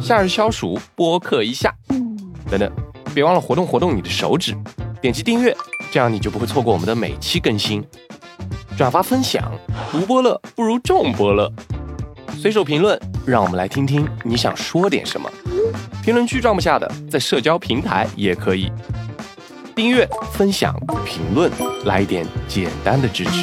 夏日消暑播客一下。等等，别忘了活动你的手指，点击订阅，这样你就不会错过我们的每期更新。转发分享，独播乐不如众播乐。随手评论，让我们来听听你想说点什么。评论区装不下的，在社交平台也可以。订阅、分享、评论，来一点简单的支持。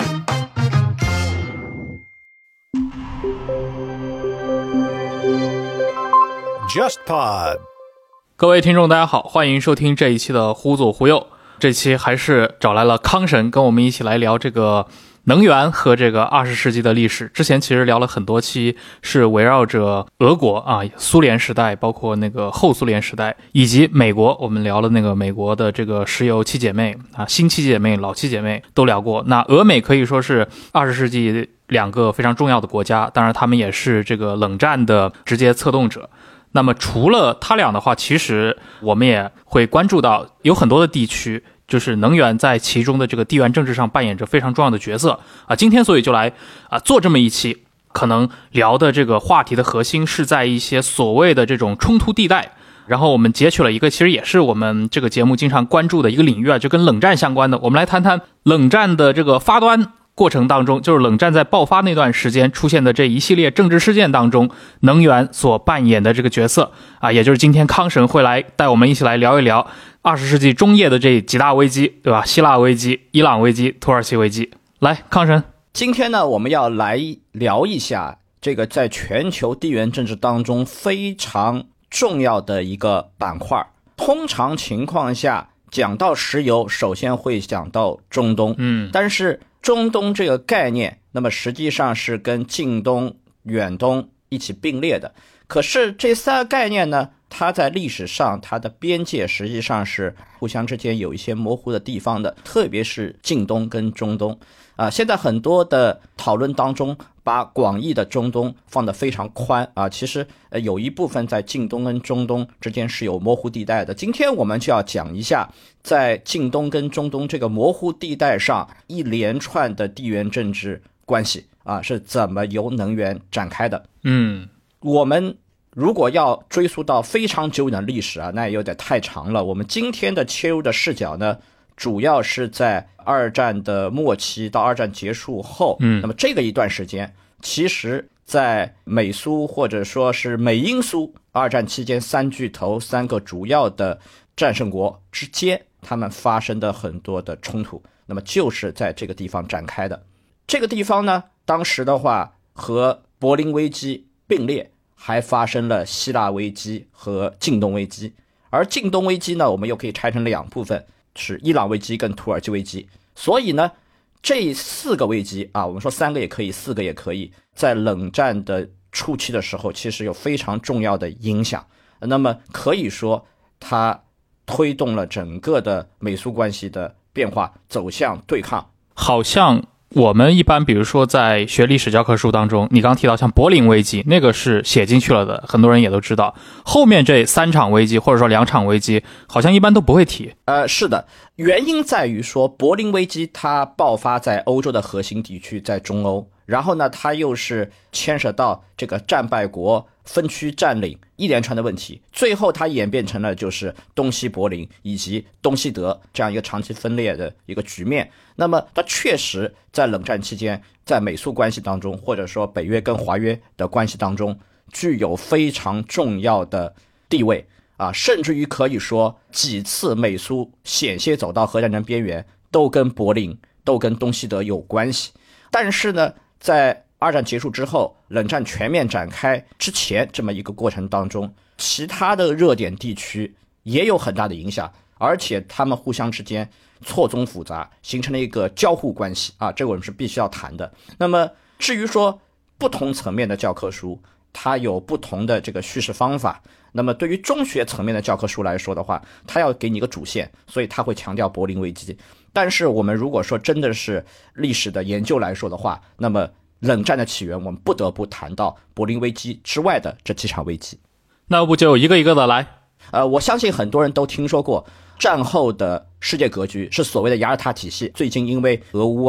JustPod， 各位听众大家好，欢迎收听这一期的忽左忽右。这期还是找来了康神跟我们一起来聊这个能源和这个20世纪的历史。之前其实聊了很多期，是围绕着俄国啊、苏联时代，包括那个后苏联时代，以及美国，我们聊了那个美国的这个石油七姐妹啊，新七姐妹、老七姐妹都聊过。那俄美可以说是20世纪两个非常重要的国家，当然他们也是这个冷战的直接策动者。那么除了他俩的话，其实我们也会关注到有很多的地区，就是能源在其中的这个地缘政治上扮演着非常重要的角色啊。今天所以就来做这么一期，可能聊的这个话题的核心是在一些所谓的这种冲突地带。然后我们截取了一个其实也是我们这个节目经常关注的一个领域啊，就跟冷战相关的。我们来谈谈冷战的这个发端过程当中，就是冷战在爆发那段时间出现的这一系列政治事件当中，能源所扮演的这个角色啊，也就是今天康神会来带我们一起来聊一聊20世纪中叶的这几大危机，对吧？希腊危机、伊朗危机、土耳其危机。来，康神， 今天呢，我们要来聊一下这个在全球地缘政治当中非常重要的一个板块。通常情况下，讲到石油，首先会讲到中东，但是中东这个概念，那么实际上是跟近东、远东一起并列的。可是这三个概念呢，它在历史上它的边界实际上是互相之间有一些模糊的地方的，特别是近东跟中东现在很多的讨论当中把广义的中东放得非常宽其实有一部分在近东跟中东之间是有模糊地带的。今天我们就要讲一下在近东跟中东这个模糊地带上一连串的地缘政治关系是怎么由能源展开的。我们如果要追溯到非常久远的历史那也有点太长了。我们今天的切入的视角呢，主要是在二战的末期到二战结束后，那么这个一段时间，其实在美苏或者说是美英苏二战期间三巨头三个主要的战胜国之间，他们发生的很多的冲突，那么就是在这个地方展开的。这个地方呢，当时的话和柏林危机并列，还发生了希腊危机和近东危机。而近东危机呢，我们又可以拆成两部分，是伊朗危机跟土耳其危机。所以呢，这四个危机我们说三个也可以，四个也可以，在冷战的初期的时候其实有非常重要的影响。那么可以说它推动了整个的美苏关系的变化，走向对抗。 好像我们一般比如说在学历史教科书当中，你刚提到像柏林危机，那个是写进去了的，很多人也都知道。后面这三场危机或者说两场危机好像一般都不会提。 是的，原因在于说柏林危机它爆发在欧洲的核心地区，在中欧，然后呢它又是牵涉到这个战败国分区占领一连串的问题，最后它演变成了就是东西柏林以及东西德这样一个长期分裂的一个局面。那么它确实在冷战期间，在美苏关系当中，或者说北约跟华约的关系当中，具有非常重要的地位甚至于可以说几次美苏险些走到核战争边缘都跟柏林都跟东西德有关系。但是呢，在二战结束之后，冷战全面展开之前这么一个过程当中，其他的热点地区也有很大的影响，而且他们互相之间错综复杂，形成了一个交互关系这个我们是必须要谈的。那么至于说不同层面的教科书，它有不同的这个叙事方法。那么对于中学层面的教科书来说的话，它要给你一个主线，所以它会强调柏林危机。但是我们如果说真的是历史的研究来说的话，那么冷战的起源我们不得不谈到柏林危机之外的这几场危机。 那要不就一个一个的来。 我相信很多人都听说过战后的世界格局是所谓的雅尔塔体系，最近因为俄乌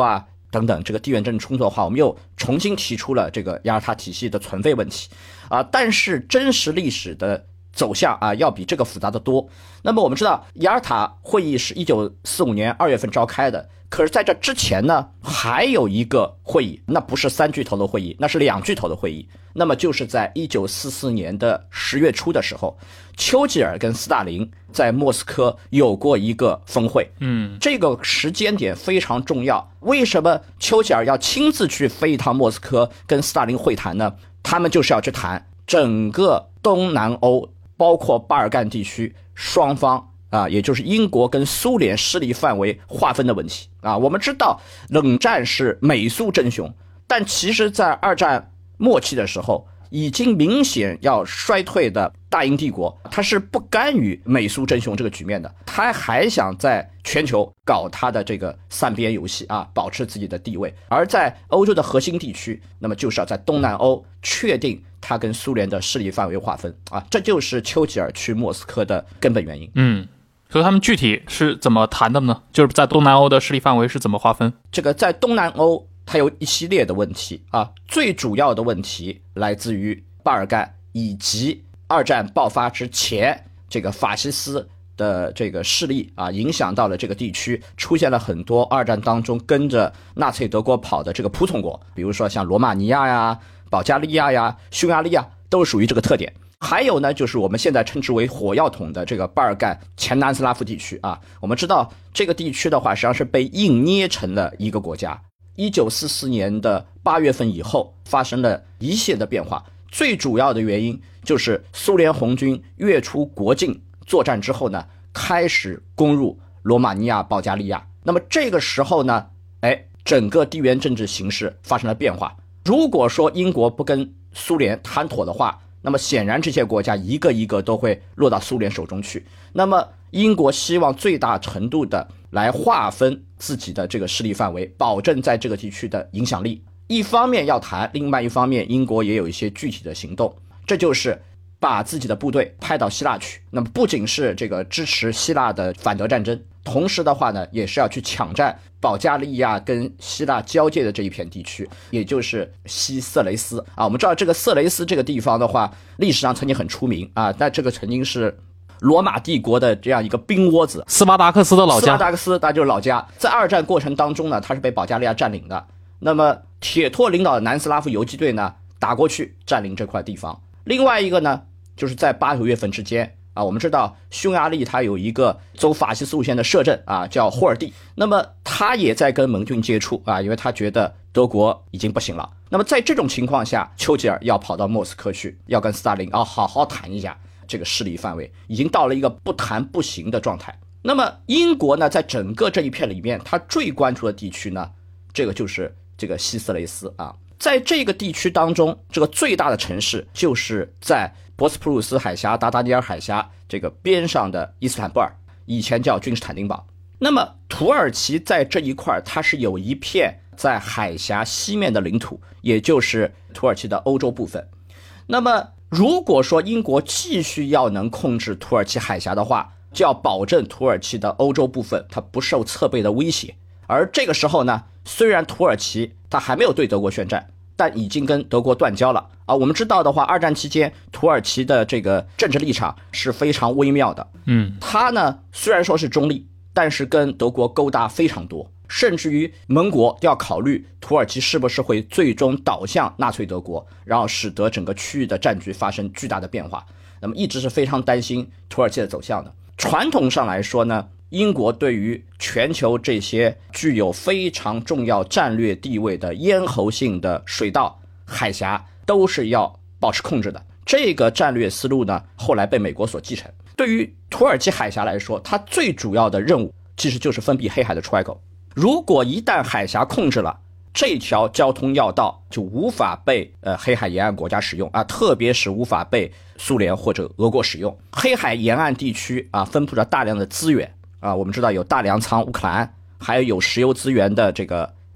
等等这个地缘政治冲突的话，我们又重新提出了这个雅尔塔体系的存废问题但是真实历史的走向要比这个复杂的多。那么我们知道雅尔塔会议是1945年2月份召开的，可是在这之前呢还有一个会议，那不是3巨头的会议，那是2巨头的会议。那么就是在1944年的10月初的时候，丘吉尔跟斯大林在莫斯科有过一个峰会。这个时间点非常重要。为什么丘吉尔要亲自去飞一趟莫斯科跟斯大林会谈呢？他们就是要去谈整个东南欧包括巴尔干地区双方也就是英国跟苏联势力范围划分的问题我们知道冷战是美苏争雄，但其实在二战末期的时候，已经明显要衰退的大英帝国，它是不甘于美苏争雄这个局面的，它还想在全球搞它的这个三边游戏保持自己的地位。而在欧洲的核心地区，那么就是要在东南欧确定它跟苏联的势力范围划分这就是丘吉尔去莫斯科的根本原因。 所以他们具体是怎么谈的呢？就是在东南欧的势力范围是怎么划分？ 这个在东南欧它有一系列的问题最主要的问题来自于巴尔干以及二战爆发之前这个法西斯的这个势力影响到了这个地区，出现了很多二战当中跟着纳粹德国跑的这个仆从国，比如说像罗马尼亚呀、保加利亚呀、匈牙利啊，都属于这个特点。还有呢，就是我们现在称之为火药桶的这个巴尔干前南斯拉夫地区我们知道这个地区的话实际上是被硬捏成了一个国家。1944年的8月份以后发生了一系列的变化，最主要的原因就是苏联红军跃出国境作战之后呢，开始攻入罗马尼亚、保加利亚。那么这个时候呢整个地缘政治形势发生了变化。如果说英国不跟苏联谈妥的话，那么显然这些国家一个一个都会落到苏联手中去。那么英国希望最大程度的来划分自己的这个势力范围，保证在这个地区的影响力。一方面要谈，另外一方面英国也有一些具体的行动，这就是把自己的部队派到希腊去。那么不仅是这个支持希腊的反德战争，同时的话呢，也是要去抢占保加利亚跟希腊交界的这一片地区，也就是西色雷斯我们知道这个色雷斯这个地方的话，历史上曾经很出名但这个曾经是罗马帝国的这样一个兵窝子， 斯巴达克斯的老家。 斯巴达克斯，它就是老家。在二战过程当中呢，它是被保加利亚占领的。那么铁托领导的南斯拉夫游击队呢，打过去占领这块地方。另外一个呢，就是在8、9月份之间我们知道匈牙利它有一个走法西斯路线的摄政叫霍尔蒂，那么他也在跟盟军接触因为他觉得德国已经不行了。那么在这种情况下，丘吉尔要跑到莫斯科去，要跟斯大林好好谈一下这个势力范围，已经到了一个不谈不行的状态。那么英国呢，在整个这一片里面，他最关注的地区呢，这个就是这个西色雷斯在这个地区当中，这个最大的城市就是在博斯普鲁斯海峡、达达尼尔海峡这个边上的伊斯坦布尔，以前叫君士坦丁堡。那么土耳其在这一块，它是有一片在海峡西面的领土，也就是土耳其的欧洲部分。那么如果说英国继续要能控制土耳其海峡的话，就要保证土耳其的欧洲部分它不受侧背的威胁。而这个时候呢，虽然土耳其它还没有对德国宣战，但已经跟德国断交了我们知道的话，二战期间土耳其的这个政治立场是非常微妙的它呢虽然说是中立，但是跟德国勾搭非常多，甚至于盟国要考虑土耳其是不是会最终倒向纳粹德国，然后使得整个区域的战局发生巨大的变化。那么一直是非常担心土耳其的走向的。传统上来说呢，英国对于全球这些具有非常重要战略地位的咽喉性的水道、海峡都是要保持控制的。这个战略思路呢，后来被美国所继承。对于土耳其海峡来说，它最主要的任务其实就是封闭黑海的出海口。如果一旦海峡控制了，这条交通要道就无法被黑海沿岸国家使用特别是无法被苏联或者俄国使用。黑海沿岸地区分布着大量的资源我们知道有大粮仓乌克兰，还有石油资源的这个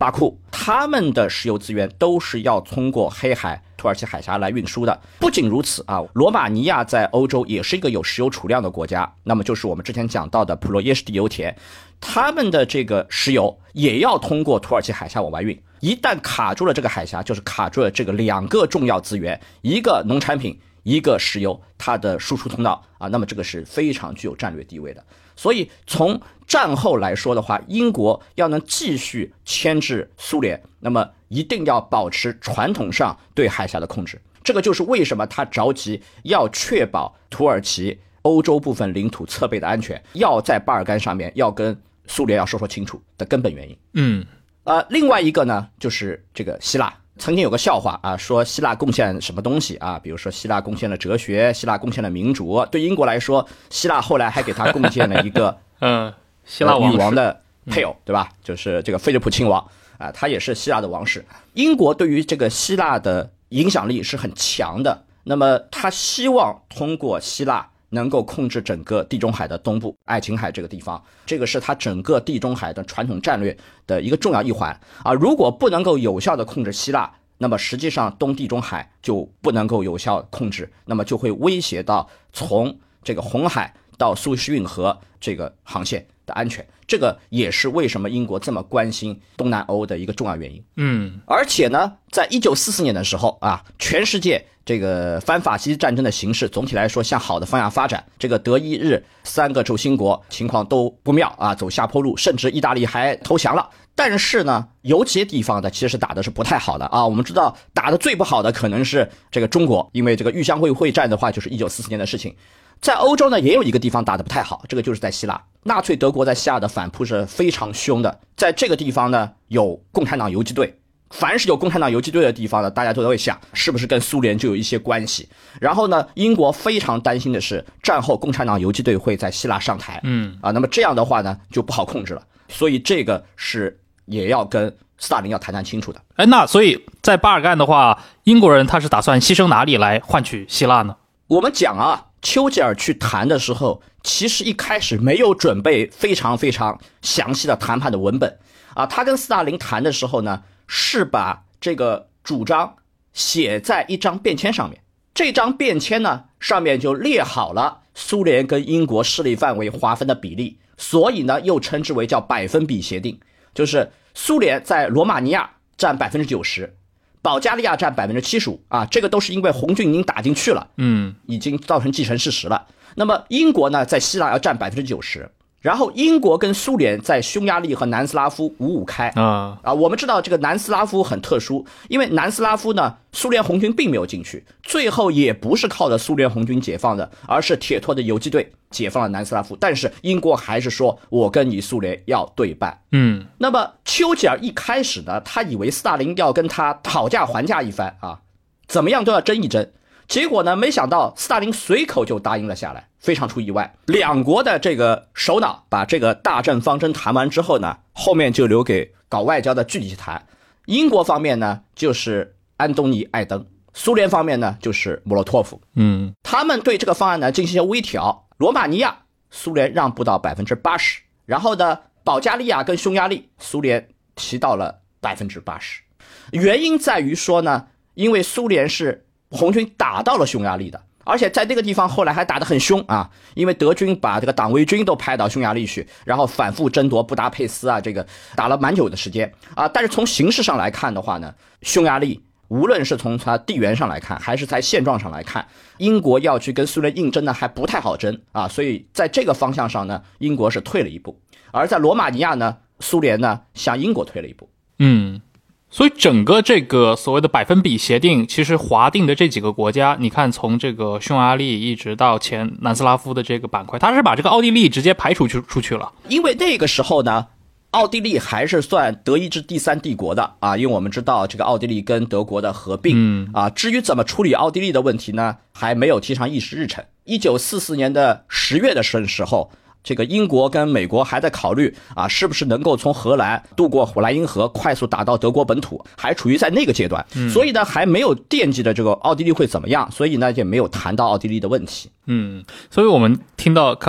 巴库，他们的石油资源都是要通过黑海、土耳其海峡来运输的。不仅如此啊，罗马尼亚在欧洲也是一个有石油储量的国家，那么就是我们之前讲到的普罗耶什地油田，他们的这个石油也要通过土耳其海峡往外运。一旦卡住了这个海峡，就是卡住了这个2个重要资源，一个农产品，一个石油，它的输出通道啊，那么这个是非常具有战略地位的。所以从战后来说的话，英国要能继续牵制苏联，那么一定要保持传统上对海峡的控制。这个就是为什么他着急要确保土耳其欧洲部分领土侧背的安全，要在巴尔干上面要跟苏联要说清楚的根本原因。另外一个呢，就是这个希腊。曾经有个笑话啊，说希腊贡献什么东西啊？比如说希腊贡献了哲学，希腊贡献了民主。对英国来说，希腊后来还给他贡献了一个希腊女王的配偶，对吧？就是这个菲利普亲王啊，他也是希腊的王室。英国对于这个希腊的影响力是很强的，那么他希望通过希腊能够控制整个地中海的东部，爱琴海这个地方，这个是它整个地中海的传统战略的一个重要一环啊。如果不能够有效的控制希腊，那么实际上东地中海就不能够有效控制，那么就会威胁到从这个红海到苏伊士运河这个航线的安全。这个也是为什么英国这么关心东南欧的一个重要原因。而且呢，在1944年的时候啊，全世界这个反法西斯战争的形势总体来说向好的方向发展，这个德意日3个轴心国情况都不妙啊，走下坡路，甚至意大利还投降了。但是呢，有几些地方呢，其实打的是不太好的啊。我们知道打的最不好的可能是这个中国，因为这个豫湘会战的话就是1944年的事情。在欧洲呢，也有一个地方打得不太好，这个就是在希腊。纳粹德国在希腊的反扑是非常凶的，在这个地方呢，有共产党游击队。凡是有共产党游击队的地方呢，大家都会想是不是跟苏联就有一些关系。然后呢，英国非常担心的是战后共产党游击队会在希腊上台，那么这样的话呢就不好控制了。所以这个是也要跟斯大林要谈清楚的。 那所以在巴尔干的话，英国人他是打算牺牲哪里来换取希腊呢？ 我们讲啊，丘吉尔去谈的时候，其实一开始没有准备非常非常详细的谈判的文本啊。他跟斯大林谈的时候呢，是把这个主张写在一张便签上面。这张便签呢，上面就列好了苏联跟英国势力范围划分的比例，所以呢，又称之为叫百分比协定，就是苏联在罗马尼亚占 90%， 保加利亚占 75%啊，这个都是因为红军已经打进去了，已经造成既成事实了。那么英国呢，在希腊要占 90%， 然后英国跟苏联在匈牙利和南斯拉夫5-5开我们知道这个南斯拉夫很特殊，因为南斯拉夫呢，苏联红军并没有进去，最后也不是靠着苏联红军解放的，而是铁托的游击队解放了南斯拉夫。但是英国还是说我跟你苏联要对半。那么丘吉尔一开始呢，他以为斯大林要跟他讨价还价一番啊，怎么样都要争一争。结果呢，没想到斯大林随口就答应了下来，非常出意外。两国的这个首脑把这个大政方针谈完之后呢，后面就留给搞外交的具体去谈。英国方面呢，就是安东尼·艾登；苏联方面呢，就是莫洛托夫。他们对这个方案呢进行一些微调。罗马尼亚苏联让步到 80%， 然后呢，保加利亚跟匈牙利苏联提到了 80%。原因在于说呢，因为苏联是红军打到了匈牙利的，而且在那个地方后来还打得很凶啊，因为德军把这个党卫军都派到匈牙利去，然后反复争夺布达佩斯啊，这个打了蛮久的时间啊。但是从形势上来看的话呢，匈牙利无论是从它地缘上来看，还是在现状上来看，英国要去跟苏联硬争呢，还不太好争啊。所以在这个方向上呢，英国是退了一步，而在罗马尼亚呢，苏联呢向英国退了一步。 所以整个这个所谓的百分比协定，其实划定的这几个国家，你看从这个匈牙利一直到前南斯拉夫的这个板块，它是把这个奥地利直接排除出去了。 因为那个时候呢，奥地利还是算德意志第三帝国的啊，因为我们知道这个奥地利跟德国的合并至于怎么处理奥地利的问题呢，还没有提上议事日程。1944年的10月的时候，这个英国跟美国还在考虑是不是能够从荷兰渡过莱茵河快速打到德国本土，还处于在那个阶段，所以呢还没有惦记着这个奥地利会怎么样，所以呢也没有谈到奥地利的问题。 所以我们听到刚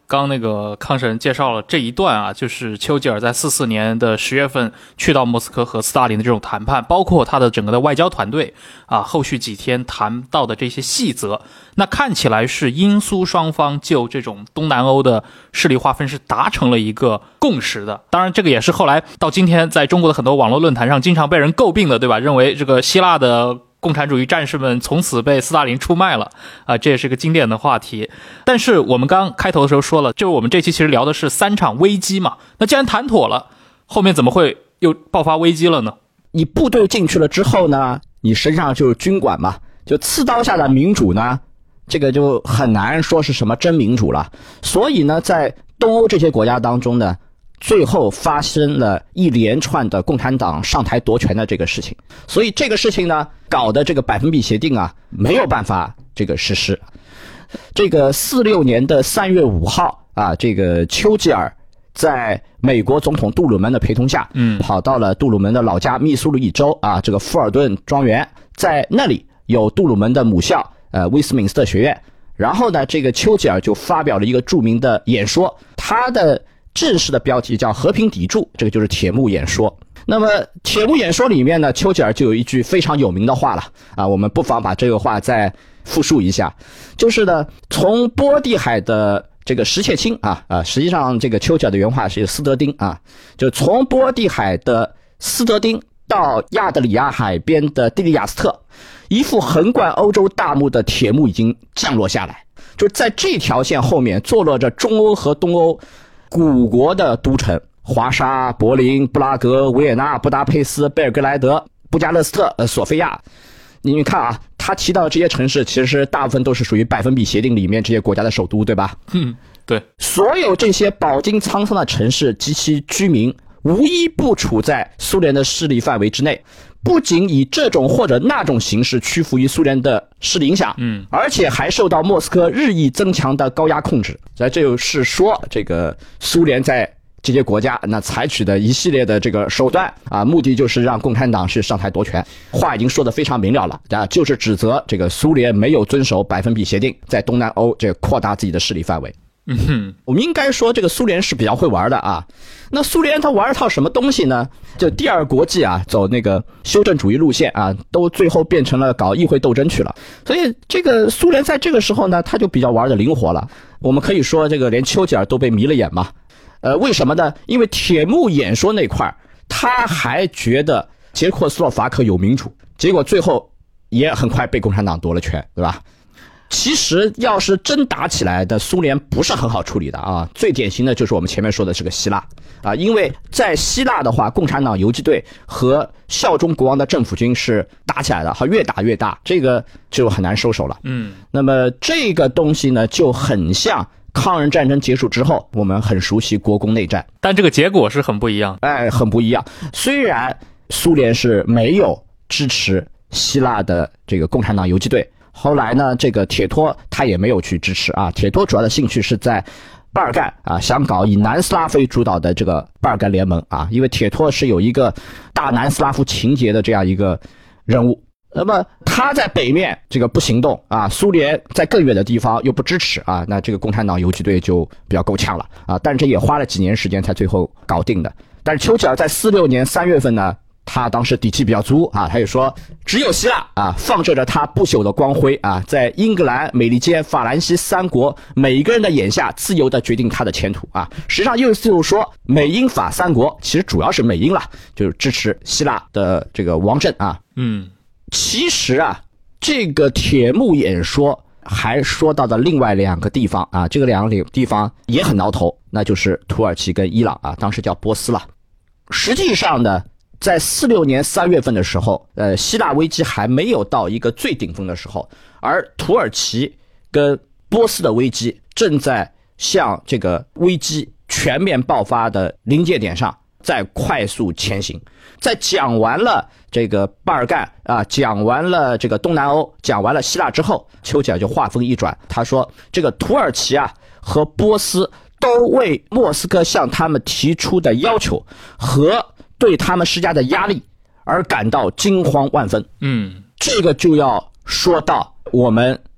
刚那个康神介绍了这一段啊，就是丘吉尔在44年的10月份去到莫斯科和斯大林的这种谈判，包括他的整个的外交团队啊，后续几天谈到的这些细则，那看起来是英苏双方就这种东南欧的势力划分是达成了一个共识的。当然这个也是后来到今天在中国的很多网络论坛上经常被人诟病的，对吧？认为这个希腊的共产主义战士们从此被斯大林出卖了啊，这也是个经典的话题。但是我们刚开头的时候说了，就我们这期其实聊的是3场危机嘛，那既然谈妥了，后面怎么会又爆发危机了呢？ 你部队进去了之后呢，你身上就是军管嘛，就刺刀下的民主呢，这个就很难说是什么真民主了。所以呢，在东欧这些国家当中呢，最后发生了一连串的共产党上台夺权的这个事情，所以这个事情呢，搞的这个百分比协定啊，没有办法这个实施。这个46年的3月5号啊，这个丘吉尔在美国总统杜鲁门的陪同下，跑到了杜鲁门的老家密苏里州啊，这个富尔顿庄园，在那里有杜鲁门的母校威斯敏斯特学院。然后呢，这个丘吉尔就发表了一个著名的演说，他的正式的标题叫和平砥柱，这个就是铁幕演说。那么铁幕演说里面呢，丘吉尔就有一句非常有名的话了啊，我们不妨把这个话再复述一下，就是呢，从波罗的海的这个石切青实际上这个丘吉尔的原话是斯德丁啊，就从波罗的海的斯德丁到亚得里亚海边的蒂利亚斯特，一副横贯欧洲大幕的铁幕已经降落下来，就在这条线后面坐落着中欧和东欧古国的都城，华沙、柏林、布拉格、维也纳、布达佩斯、贝尔格莱德、布加勒斯特、索菲亚。你看啊，他提到的这些城市其实大部分都是属于百分比协定里面这些国家的首都，对吧？ 对。 所有这些饱经沧桑的城市及其居民无一不处在苏联的势力范围之内，不仅以这种或者那种形式屈服于苏联的势力影响，而且还受到莫斯科日益增强的高压控制。这就是说，这个苏联在这些国家那采取的一系列的这个手段啊，目的就是让共产党是上台夺权。话已经说得非常明了了啊，就是指责这个苏联没有遵守百分比协定，在东南欧这个扩大自己的势力范围。我们应该说这个苏联是比较会玩的啊。那苏联他玩一套什么东西呢？就第二国际啊，走那个修正主义路线啊，都最后变成了搞议会斗争去了。所以这个苏联在这个时候呢，他就比较玩的灵活了。我们可以说这个连丘吉尔都被迷了眼嘛。为什么呢？因为铁幕演说那块他还觉得捷克斯洛伐克有民主，结果最后也很快被共产党夺了权，对吧？其实要是真打起来的，苏联不是很好处理的啊。最典型的就是我们前面说的这个希腊啊，因为在希腊的话，共产党游击队和效忠国王的政府军是打起来的，越打越大，这个就很难收手了。那么这个东西呢，就很像抗日战争结束之后，我们很熟悉国共内战， 但这个结果是很不一样。 很不一样。虽然苏联是没有支持希腊的这个共产党游击队。后来呢，这个铁托他也没有去支持啊。铁托主要的兴趣是在巴尔干啊，想搞以南斯拉夫主导的这个巴尔干联盟啊，因为铁托是有一个大南斯拉夫情节的这样一个人物。那么他在北面这个不行动啊，苏联在更远的地方又不支持啊，那这个共产党游击队就比较够呛了啊。但是这也花了几年时间才最后搞定的。但是丘吉尔在46年3月份呢，他当时底气比较足啊，他就说只有希腊啊，放射着他不朽的光辉啊，在英格兰、美利坚、法兰西3国每一个人的眼下自由地决定他的前途啊。实际上就是说美英法3国其实主要是美英了，就是支持希腊的这个王政啊。其实啊，这个铁幕演说还说到的另外2个地方啊，这个2个地方也很挠头，那就是土耳其跟伊朗啊，当时叫波斯了。实际上呢，在46年3月份的时候，希腊危机还没有到一个最顶峰的时候，而土耳其跟波斯的危机正在向这个危机全面爆发的临界点上在快速前行。在讲完了这个巴尔干啊，讲完了这个东南欧，讲完了希腊之后，丘吉尔就话锋一转，他说这个土耳其啊和波斯都为莫斯科向他们提出的要求和对他们施加的压力而感到惊慌万分。这个就要说到我们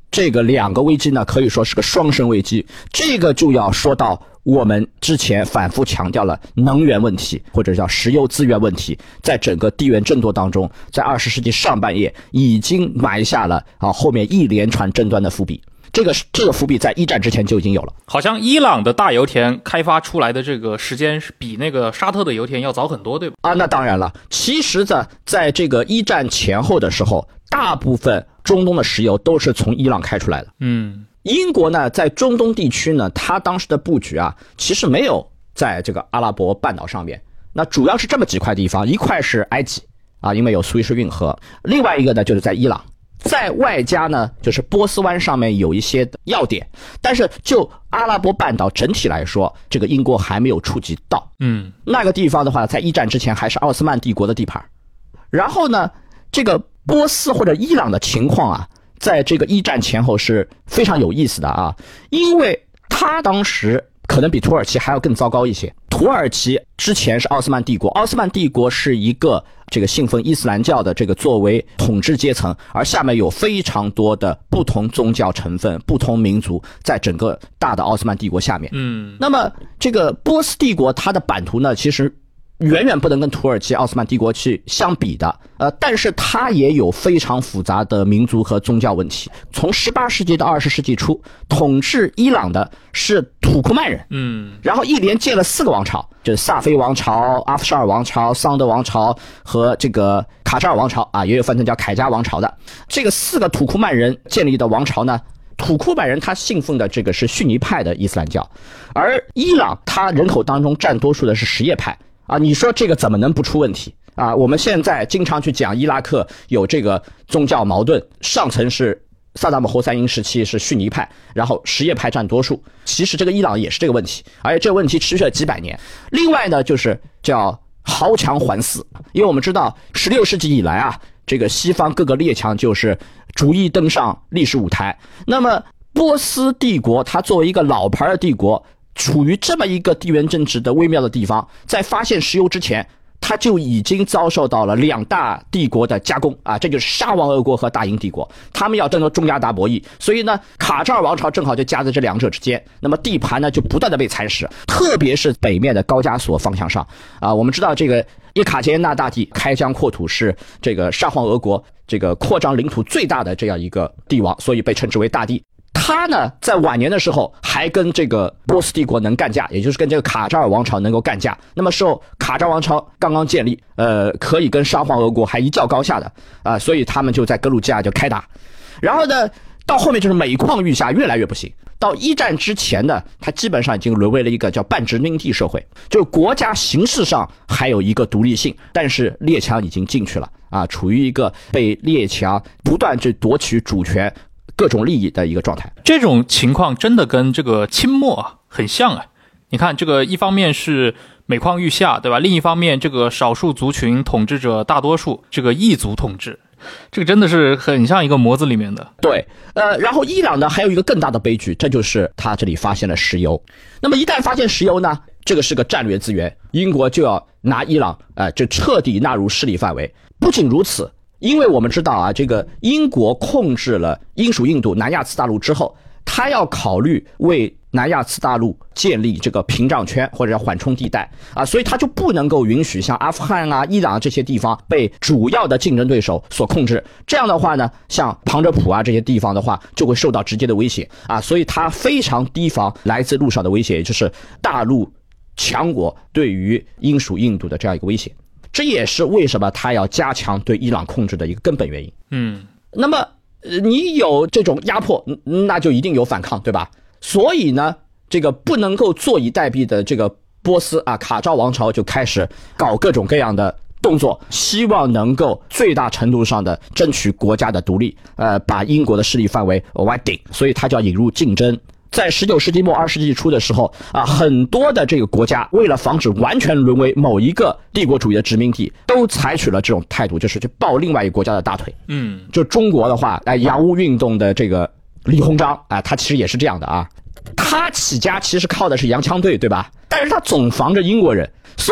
这个两个危机呢，可以说是个双生危机。这个就要说到我们之前反复强调了能源问题，或者叫石油资源问题，在整个地缘争夺当中，在20世纪上半叶已经埋下了后面一连串争端的伏笔。这个伏笔在一战之前就已经有了。 好像伊朗的大油田开发出来的这个时间是比那个沙特的油田要早很多，对吧？ 那当然了。其实在这个一战前后的时候，大部分中东的石油都是从伊朗开出来的。英国呢，在中东地区呢，它当时的布局其实没有在这个阿拉伯半岛上面。那主要是这么几块地方，一块是埃及因为有苏伊士运河，另外一个呢就是在伊朗。在外加呢，就是波斯湾上面有一些要点，但是就阿拉伯半岛整体来说，这个英国还没有触及到。那个地方的话，在一战之前还是奥斯曼帝国的地盘。然后呢，这个波斯或者伊朗的情况在这个一战前后是非常有意思的因为他当时可能比土耳其还要更糟糕一些。土耳其之前是奥斯曼帝国，奥斯曼帝国是一个这个信奉伊斯兰教的这个作为统治阶层，而下面有非常多的不同宗教成分、不同民族在整个大的奥斯曼帝国下面。那么这个波斯帝国它的版图呢，其实远远不能跟土耳其奥斯曼帝国去相比的，但是它也有非常复杂的民族和宗教问题。从18世纪到20世纪初，统治伊朗的是土库曼人，然后一连建了4个王朝，就是萨菲王朝、阿夫沙尔王朝、桑德王朝和这个卡扎尔王朝也有翻成叫凯加王朝的。这个4个土库曼人建立的王朝呢，土库曼人他信奉的这个是逊尼派的伊斯兰教，而伊朗他人口当中占多数的是什叶派。你说这个怎么能不出问题我们现在经常去讲伊拉克有这个宗教矛盾，上层是萨达姆侯赛因时期是逊尼派，然后什叶派占多数。其实这个伊朗也是这个问题，而且这个问题持续了几百年。另外呢，就是叫豪强环伺，因为我们知道16世纪以来这个西方各个列强就是逐一登上历史舞台。那么波斯帝国它作为一个老牌的帝国，处于这么一个地缘政治的微妙的地方，在发现石油之前，它就已经遭受到了2大帝国的加工这就是沙皇俄国和大英帝国，他们要争夺中亚大博弈，所以呢，卡扎尔王朝正好就夹在这2者之间，那么地盘呢就不断的被蚕食，特别是北面的高加索方向上我们知道这个叶卡捷琳娜大帝开疆扩土是这个沙皇俄国这个扩张领土最大的这样一个帝王，所以被称之为大帝。他呢，在晚年的时候还跟这个波斯帝国能干架，也就是跟这个卡扎尔王朝能够干架。那么时候卡扎尔王朝刚刚建立，可以跟沙皇俄国还一较高下的所以他们就在格鲁吉亚就开打。然后呢，到后面就是每况愈下，越来越不行。到一战之前呢，它基本上已经沦为了一个叫半殖民地社会，就国家形式上还有一个独立性，但是列强已经进去了处于一个被列强不断去夺取主权、各种利益的一个状态。 这种情况真的跟这个清末很像你看，这个一方面是每况愈下，对吧？另一方面，这个少数族群统治着大多数，这个异族统治，这个真的是很像一个模子里面的。 对，然后伊朗呢还有一个更大的悲剧，这就是他这里发现了石油。那么一旦发现石油呢，这个是个战略资源，英国就要拿伊朗就彻底纳入势力范围。不仅如此，因为我们知道这个英国控制了英属印度、南亚次大陆之后，他要考虑为南亚次大陆建立这个屏障圈或者叫缓冲地带所以他就不能够允许像阿富汗伊朗这些地方被主要的竞争对手所控制。这样的话呢，像旁遮普这些地方的话，就会受到直接的威胁所以他非常提防来自陆上的威胁，也就是大陆强国对于英属印度的这样一个威胁。这也是为什么他要加强对伊朗控制的一个根本原因。那么你有这种压迫，那就一定有反抗，对吧？所以呢，这个不能够坐以待毙的这个波斯卡扎王朝就开始搞各种各样的动作，希望能够最大程度上的争取国家的独立，把英国的势力范围往外顶，所以他就要引入竞争。在19世纪末20世纪初的时候很多的这个国家为了防止完全沦为某一个帝国主义的殖民地，都采取了这种态度，就是去抱另外一个国家的大腿。就中国的话洋务运动的这个李鸿章他其实也是这样的他起家其实靠的是洋枪队，对吧？但是他总防着英国人，所以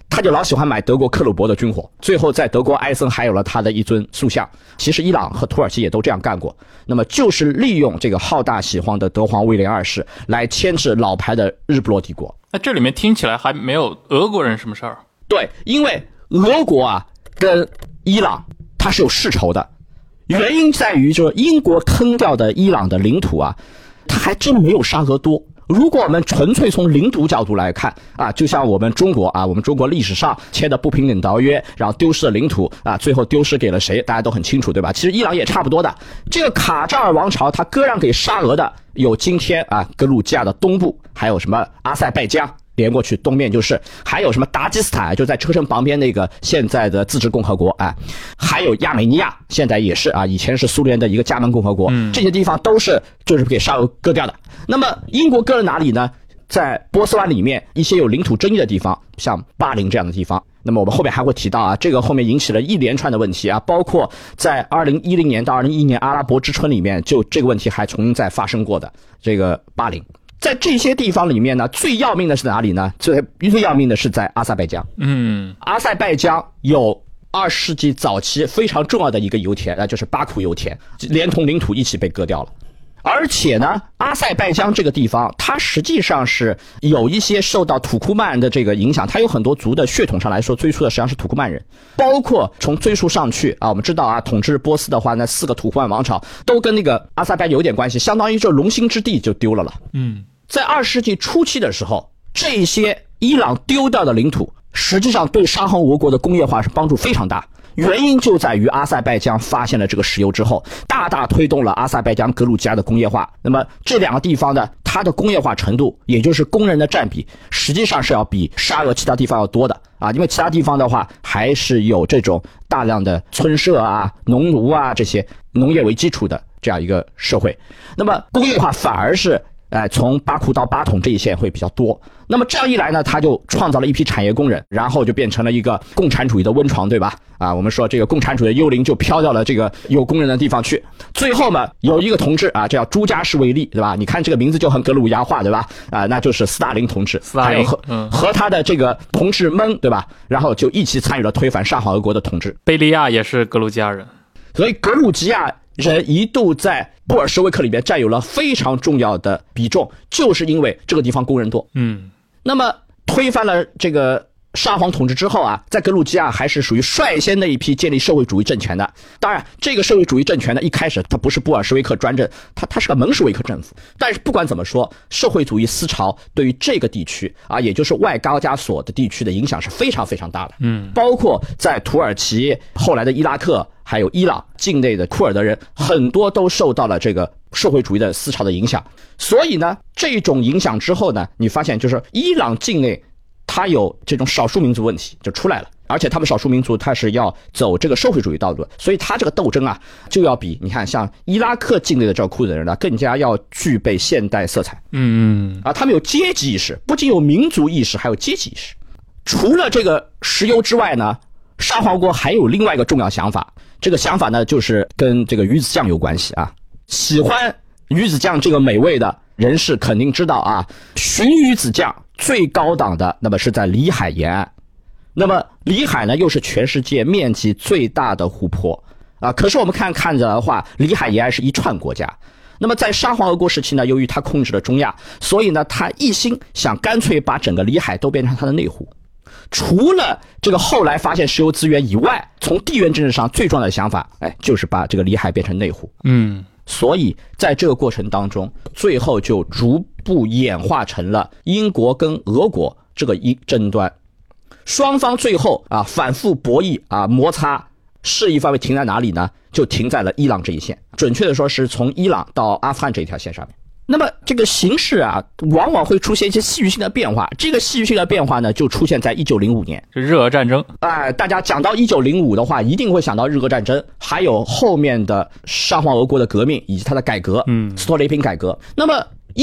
他就老喜欢买德国克虏伯的军火，最后在德国埃森还有了他的一尊塑像。其实伊朗和土耳其也都这样干过，那么就是利用这个好大喜欢的德皇威廉二世来牵制老牌的日不落帝国。 那这里面听起来还没有俄国人什么事儿。 对，因为俄国啊跟伊朗它是有世仇的，原因在于就是英国坑掉的伊朗的领土啊，它还真没有沙俄多。如果我们纯粹从领土角度来看啊，就像我们中国啊，我们中国历史上签的不平等条约，然后丢失了领土啊，最后丢失给了谁，大家都很清楚，对吧？其实伊朗也差不多的。这个卡扎尔王朝它割让给沙俄的有今天啊格鲁吉亚的东部，还有什么阿塞拜疆连过去东面就是，还有什么达吉斯坦，就在车臣旁边那个现在的自治共和国啊，还有亚美尼亚，现在也是啊，以前是苏联的一个加盟共和国，这些地方都是就是给沙俄割掉的。那么英国割了哪里呢？在波斯湾里面一些有领土争议的地方，像巴林这样的地方。那么我们后面还会提到啊，这个后面引起了一连串的问题啊，包括在2010年到2011年阿拉伯之春里面，就这个问题还重新再发生过的这个巴林。在这些地方里面呢，最要命的是哪里呢？最要命的是在阿塞拜疆。阿塞拜疆有20世纪早期非常重要的一个油田，那就是巴库油田，连同领土一起被割掉了。而且呢，阿塞拜疆这个地方，它实际上是有一些受到土库曼的这个影响，它有很多族的血统上来说，追溯的实际上是土库曼人，包括从追溯上去啊，我们知道啊，统治波斯的话，那4个土库曼王朝都跟那个阿塞拜有点关系，相当于这龙兴之地就丢了。在20世纪初期的时候，这些伊朗丢掉的领土，实际上对沙皇俄国的工业化是帮助非常大。原因就在于阿塞拜疆发现了这个石油之后，大大推动了阿塞拜疆格鲁吉亚的工业化。那么这两个地方呢，它的工业化程度，也就是工人的占比，实际上是要比沙俄其他地方要多的啊。因为其他地方的话，还是有这种大量的村社啊、农奴啊这些农业为基础的这样一个社会。那么工业化反而是从巴库到巴统这一线会比较多。那么这样一来呢，他就创造了一批产业工人，然后就变成了一个共产主义的温床，对吧？啊，我们说这个共产主义的幽灵就飘到了这个有工人的地方去。最后呢，有一个同志啊，这叫朱加什维利，对吧？你看这个名字就很格鲁亚化，对吧？啊，那就是斯大林同志，还有和他的这个同志们，对吧？然后就一起参与了推翻沙皇俄国的统治。 贝利亚也是格鲁吉亚人， 所以格鲁吉亚人一度在布尔什维克里面占有了非常重要的比重，就是因为这个地方工人多。那么推翻了这个沙皇统治之后啊，在格鲁吉亚还是属于率先的一批建立社会主义政权的。当然，这个社会主义政权呢，一开始它不是布尔什维克专政，它是个蒙什维克政府。但是不管怎么说，社会主义思潮对于这个地区啊，也就是外高加索的地区的影响是非常非常大的。包括在土耳其、后来的伊拉克还有伊朗境内的库尔德人，很多都受到了这个社会主义的思潮的影响。所以呢，这种影响之后呢，你发现就是伊朗境内它有这种少数民族问题就出来了，而且他们少数民族他是要走这个社会主义道路，所以他这个斗争啊，就要比你看像伊拉克境内的这个库尔德人呢，更加要具备现代色彩。他们有阶级意识，不仅有民族意识，还有阶级意识。除了这个石油之外呢，沙皇国还有另外一个重要想法，这个想法呢，就是跟这个鱼子酱有关系啊。喜欢鱼子酱这个美味的人士肯定知道啊，寻鱼子酱最高档的那么是在里海沿岸。那么里海呢，又是全世界面积最大的湖泊啊。可是我们看着的话，里海沿岸是一串国家。那么在沙皇俄国时期呢，由于他控制了中亚，所以呢，他一心想干脆把整个里海都变成他的内湖。除了这个后来发现石油资源以外，从地缘政治上最重要的想法，就是把这个里海变成内湖。所以在这个过程当中，最后就逐步演化成了英国跟俄国这个争端。双方最后啊反复博弈啊摩擦，势一方面停在哪里呢？就停在了伊朗这一线，准确的说是从伊朗到阿富汗这一条线上面。那么这个形势啊，往往会出现一些戏剧性的变化。这个戏剧性的变化呢，就出现在1905年， 这日俄战争。 大家讲到1905的话，一定会想到日俄战争，还有后面的沙皇俄国的革命以及它的改革，斯托雷平改革。那么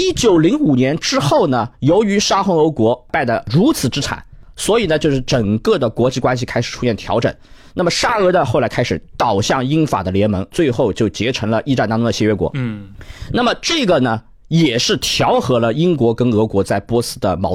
1905年之后呢，由于沙皇俄国败得如此之惨，所以呢，就是整个的国际关系开始出现调整。那么沙俄呢，后来开始倒向英法的联盟，最后就结成了一战当中的协约国。那么这个呢，也是调和了英国跟俄国在波斯的矛盾。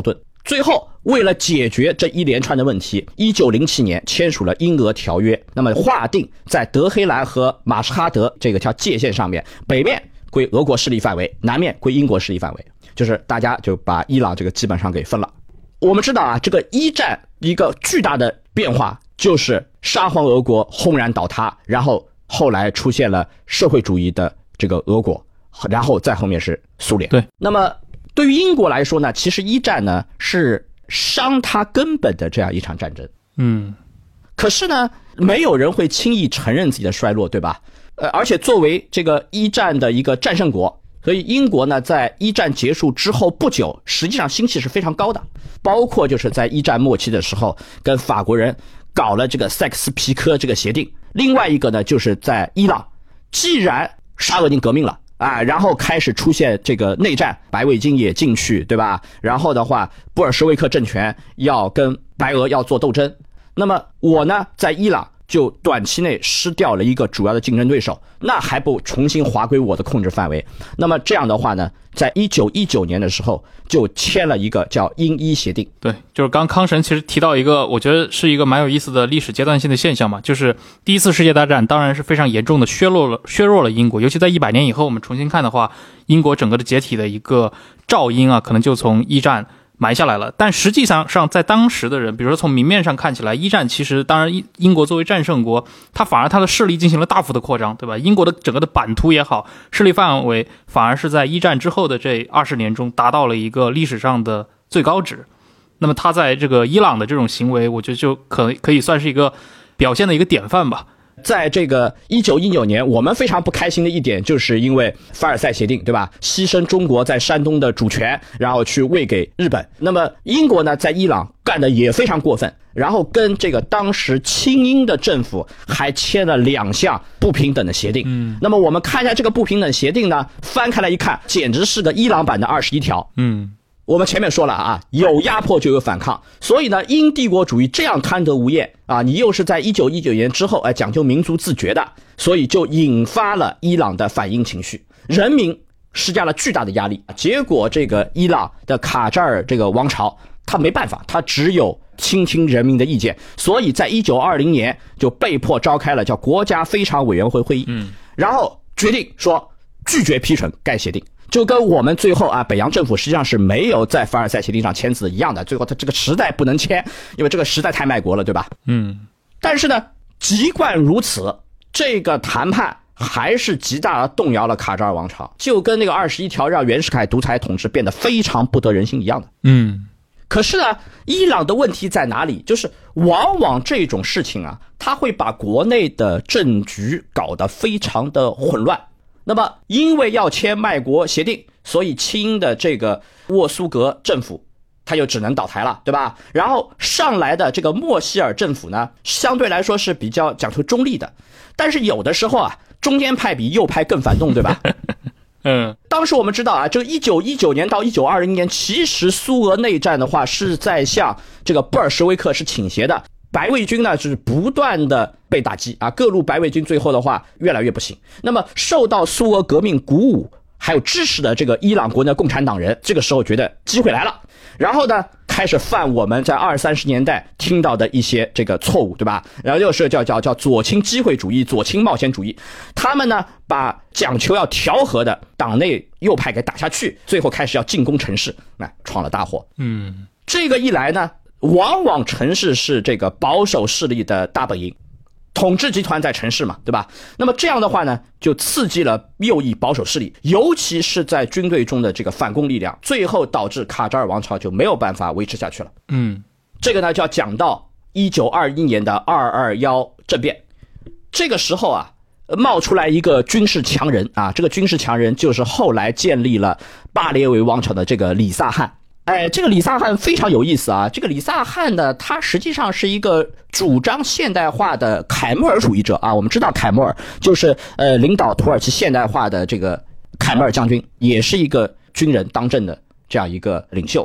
最后为了解决这一连串的问题，1907年签署了英俄条约，那么划定在德黑兰和马什哈德这个条界限上面，北面归俄国势力范围，南面归英国势力范围，就是大家就把伊朗这个基本上给分了。我们知道啊，这个一战一个巨大的变化就是沙皇俄国轰然倒塌，然后后来出现了社会主义的这个俄国，然后再后面是苏联。 对， 那么对于英国来说呢，其实一战呢是伤它根本的这样一场战争。可是呢，没有人会轻易承认自己的衰落，对吧？而且作为这个一战的一个战胜国，所以英国呢在一战结束之后不久，实际上心气是非常高的，包括就是在一战末期的时候跟法国人搞了这个塞克斯皮科这个协定。另外一个呢，就是在伊朗，既然沙俄已经革命了啊，然后开始出现这个内战，白卫军也进去，对吧？然后的话，布尔什维克政权要跟白俄要做斗争，那么我呢在伊朗就短期内失掉了一个主要的竞争对手，那还不重新划归我的控制范围？那么这样的话呢，在1919年的时候就签了一个叫英伊协定。 对，就是刚康神其实提到一个我觉得是一个蛮有意思的历史阶段性的现象嘛，就是第一次世界大战当然是非常严重的削弱了英国，尤其在100年以后我们重新看的话，英国整个的解体的一个肇因啊，可能就从一战埋下来了。但实际上在当时的人，比如说从明面上看起来，一战其实当然英国作为战胜国，它反而它的势力进行了大幅的扩张，对吧？英国的整个的版图也好，势力范围反而是在一战之后的这20年中达到了一个历史上的最高值。那么它在这个伊朗的这种行为，我觉得就可以算是一个表现的一个典范吧。 在这个1919年，我们非常不开心的一点，就是因为凡尔赛协定，对吧？牺牲中国在山东的主权，然后去喂给日本。那么英国呢，在伊朗干的也非常过分，然后跟这个当时亲英的政府还签了2项不平等的协定。那么我们看一下这个不平等协定呢，翻开来一看，简直是个伊朗版的21条。我们前面说了啊，有压迫就有反抗，所以呢，英帝国主义这样贪得无厌啊，你又是在1919年之后讲究民族自觉的，所以就引发了伊朗的反英情绪，人民施加了巨大的压力。结果这个伊朗的卡扎尔这个王朝，他没办法，他只有倾听人民的意见，所以在1920年就被迫召开了叫国家非常委员会会议，然后决定说拒绝批准该协定。就跟我们最后北洋政府实际上是没有在凡尔赛协定上签字一样的，最后他这个实在不能签，因为这个实在太卖国了，对吧？但是呢，尽管如此，这个谈判还是极大的动摇了卡扎尔王朝，就跟那个21条让袁世凯独裁统治变得非常不得人心一样的。可是呢，伊朗的问题在哪里？就是往往这种事情啊，它会把国内的政局搞得非常的混乱。那么因为要签卖国协定，所以亲英的这个沃苏格政府他就只能倒台了，对吧？然后上来的这个莫希尔政府呢，相对来说是比较讲究中立的，但是有的时候啊，中间派比右派更反动，对吧？当时我们知道啊，这个1919年到1920年，其实苏俄内战的话是在向这个布尔什维克是倾斜的。白卫军呢就是不断的被打击啊，各路白卫军最后的话越来越不行。那么受到苏俄革命鼓舞还有支持的这个伊朗国内的共产党人，这个时候觉得机会来了，然后呢开始犯我们在20、30年代听到的一些这个错误，对吧？然后就是叫左倾机会主义、左倾冒险主义。他们呢把讲求要调和的党内右派给打下去，最后开始要进攻城市，闯了大祸。这个一来呢，往往城市是这个保守势力的大本营，统治集团在城市嘛，对吧？那么这样的话呢，就刺激了右翼保守势力，尤其是在军队中的这个反攻力量，最后导致卡扎尔王朝就没有办法维持下去了。这个呢就要讲到1921年的221政变。这个时候啊，冒出来一个军事强人啊，这个军事强人就是后来建立了巴列维王朝的这个里萨汗。这个里萨汗非常有意思啊！这个里萨汗呢，他实际上是一个主张现代化的凯末尔主义者啊。我们知道凯末尔就是领导土耳其现代化的这个凯末尔将军，也是一个军人当政的这样一个领袖。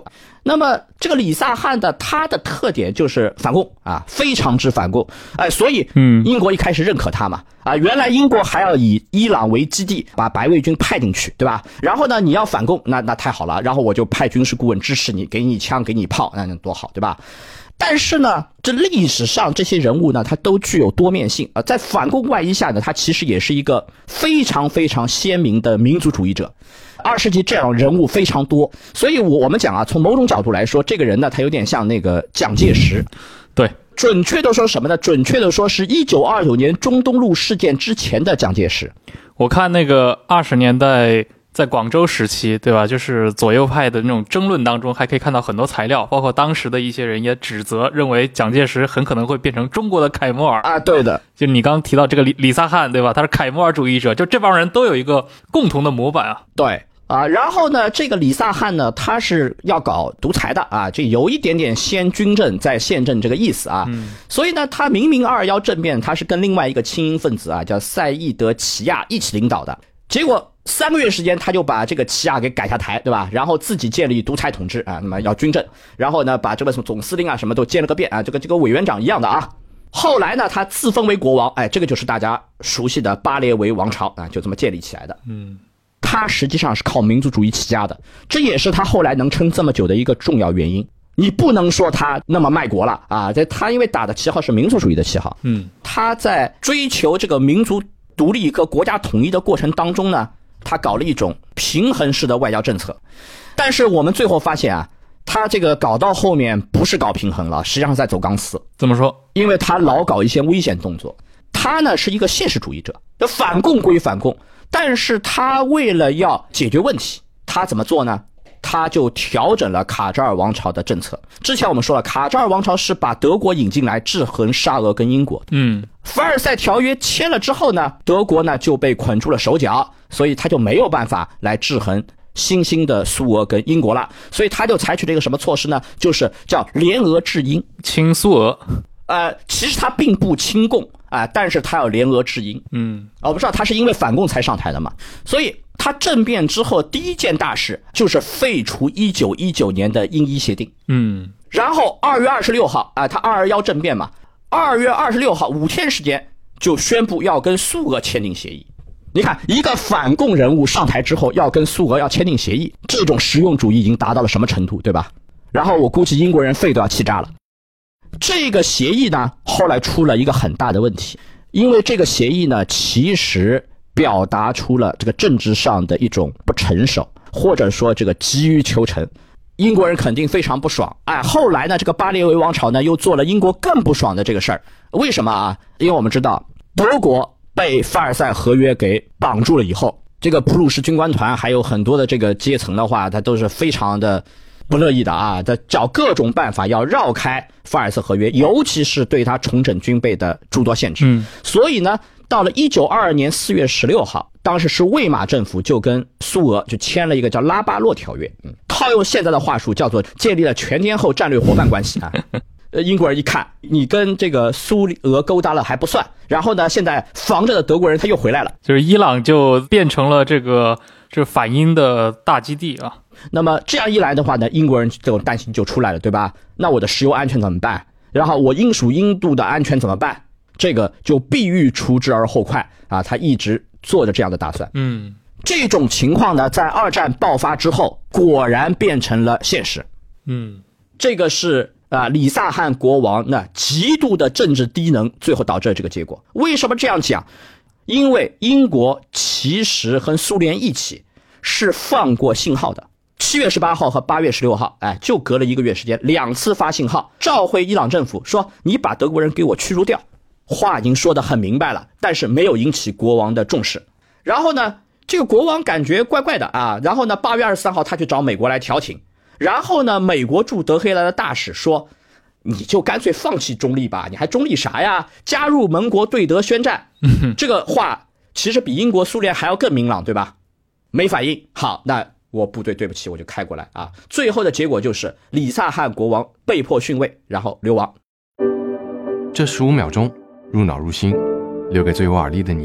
那么这个李萨汗的他的特点就是反共啊，非常之反共，所以英国一开始认可他嘛，原来英国还要以伊朗为基地把白卫军派进去，对吧？然后呢，你要反共，那太好了，然后我就派军事顾问支持你，给你枪，给你炮，那多好，对吧？但是呢，这历史上这些人物呢，他都具有多面性啊，在反共外衣下呢，他其实也是一个非常非常鲜明的民族主义者。20世纪这样人物非常多，所以我们讲啊，从某种角度来说，这个人呢，他有点像那个蒋介石。 对， 准确的说什么呢？准确的说是1929年中东路事件之前的蒋介石。 我看那个20年代在广州时期，对吧？就是左右派的那种争论当中，还可以看到很多材料，包括当时的一些人也指责，认为蒋介石很可能会变成中国的凯末尔啊。对的， 就你刚刚提到这个李萨汗，对吧？他是凯末尔主义者，就这帮人都有一个共同的模板啊。 对。然后呢，这个李萨汗呢，他是要搞独裁的啊，这有一点点先军政再宪政这个意思啊。所以呢，他明明221政变，他是跟另外一个亲英分子啊，叫赛义德·齐亚一起领导的。结果3个月时间，他就把这个齐亚给改下台，对吧？然后自己建立独裁统治啊，那么要军政，然后呢，把这个什么总司令啊什么都兼了个遍啊，这个委员长一样的啊。后来呢，他自封为国王，这个就是大家熟悉的巴列维王朝啊，就这么建立起来的。他实际上是靠民族主义起家的，这也是他后来能撑这么久的一个重要原因。你不能说他那么卖国了啊，他因为打的旗号是民族主义的旗号，他在追求这个民族独立和国家统一的过程当中呢，他搞了一种平衡式的外交政策。但是我们最后发现啊，他这个搞到后面不是搞平衡了，实际上是在走钢丝。 怎么说？ 因为他老搞一些危险动作。他呢是一个现实主义者，反共归反共，但是他为了要解决问题，他怎么做呢？他就调整了卡扎尔王朝的政策。之前我们说了，卡扎尔王朝是把德国引进来制衡沙俄跟英国。凡尔赛条约签了之后呢，德国呢就被捆住了手脚，所以他就没有办法来制衡新兴的苏俄跟英国了。所以他就采取了一个什么措施呢？就是叫联俄制英， 亲苏俄。 其实他并不亲共但是他要联俄制英。我不知道他是因为反共才上台的嘛。所以他政变之后第一件大事就是废除1919年的英伊协定。然后2月26号他221政变嘛，2月26号5天时间就宣布要跟苏俄签订协议。你看，一个反共人物上台之后要跟苏俄要签订协议，这种实用主义已经达到了什么程度，对吧？然后我估计英国人肺都要气炸了。这个协议呢，后来出了一个很大的问题，因为这个协议呢，其实表达出了这个政治上的一种不成熟，或者说这个急于求成。英国人肯定非常不爽。后来呢，这个巴列维王朝呢，又做了英国更不爽的这个事儿。为什么啊？因为我们知道，德国被凡尔赛合约给绑住了以后，这个普鲁士军官团还有很多的这个阶层的话，他都是非常的不乐意的啊，他找各种办法要绕开凡尔赛合约，尤其是对他重整军备的诸多限制。所以呢，到了1922年4月16号，当时是魏玛政府就跟苏俄就签了一个叫拉巴洛条约。套用现在的话术叫做建立了全天候战略伙伴关系啊。英国人一看你跟这个苏俄勾搭了还不算，然后呢，现在防着的德国人他又回来了， 就是伊朗就变成了这反英的大基地啊。 那么这样一来的话呢，英国人这种担心就出来了，对吧？那我的石油安全怎么办？然后我英属印度的安全怎么办？这个就必欲除之而后快啊！他一直做着这样的打算。这种情况呢，在二战爆发之后，果然变成了现实。这个是李萨汗国王那极度的政治低能，最后导致了这个结果。为什么这样讲？因为英国其实和苏联一起是放过信号的。7月18号和8月16号，就隔了1个月时间，2次发信号，召回伊朗政府，说你把德国人给我驱逐掉。话已经说得很明白了，但是没有引起国王的重视。然后呢，这个国王感觉怪怪的啊。然后呢，8月23号他去找美国来调停。然后呢，美国驻德黑兰的大使说，你就干脆放弃中立吧，你还中立啥呀？加入盟国对德宣战。这个话其实比英国苏联还要更明朗，对吧？没反应。好，那我部队对不起，我就开过来啊。最后的结果就是李萨汗国王被迫逊位，然后流亡。 这15秒钟入脑入心，留给最有耳力的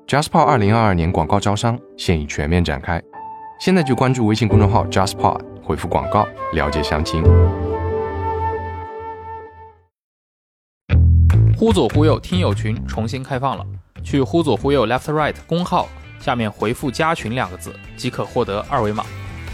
你。JustPod 2022年广告招商现已全面展开，现在就关注微信公众号 JustPod 或回复广告了解详情。 忽左忽右听友群重新开放了，去忽左忽右 left right 公号下面回复加群2个字即可获得2维码。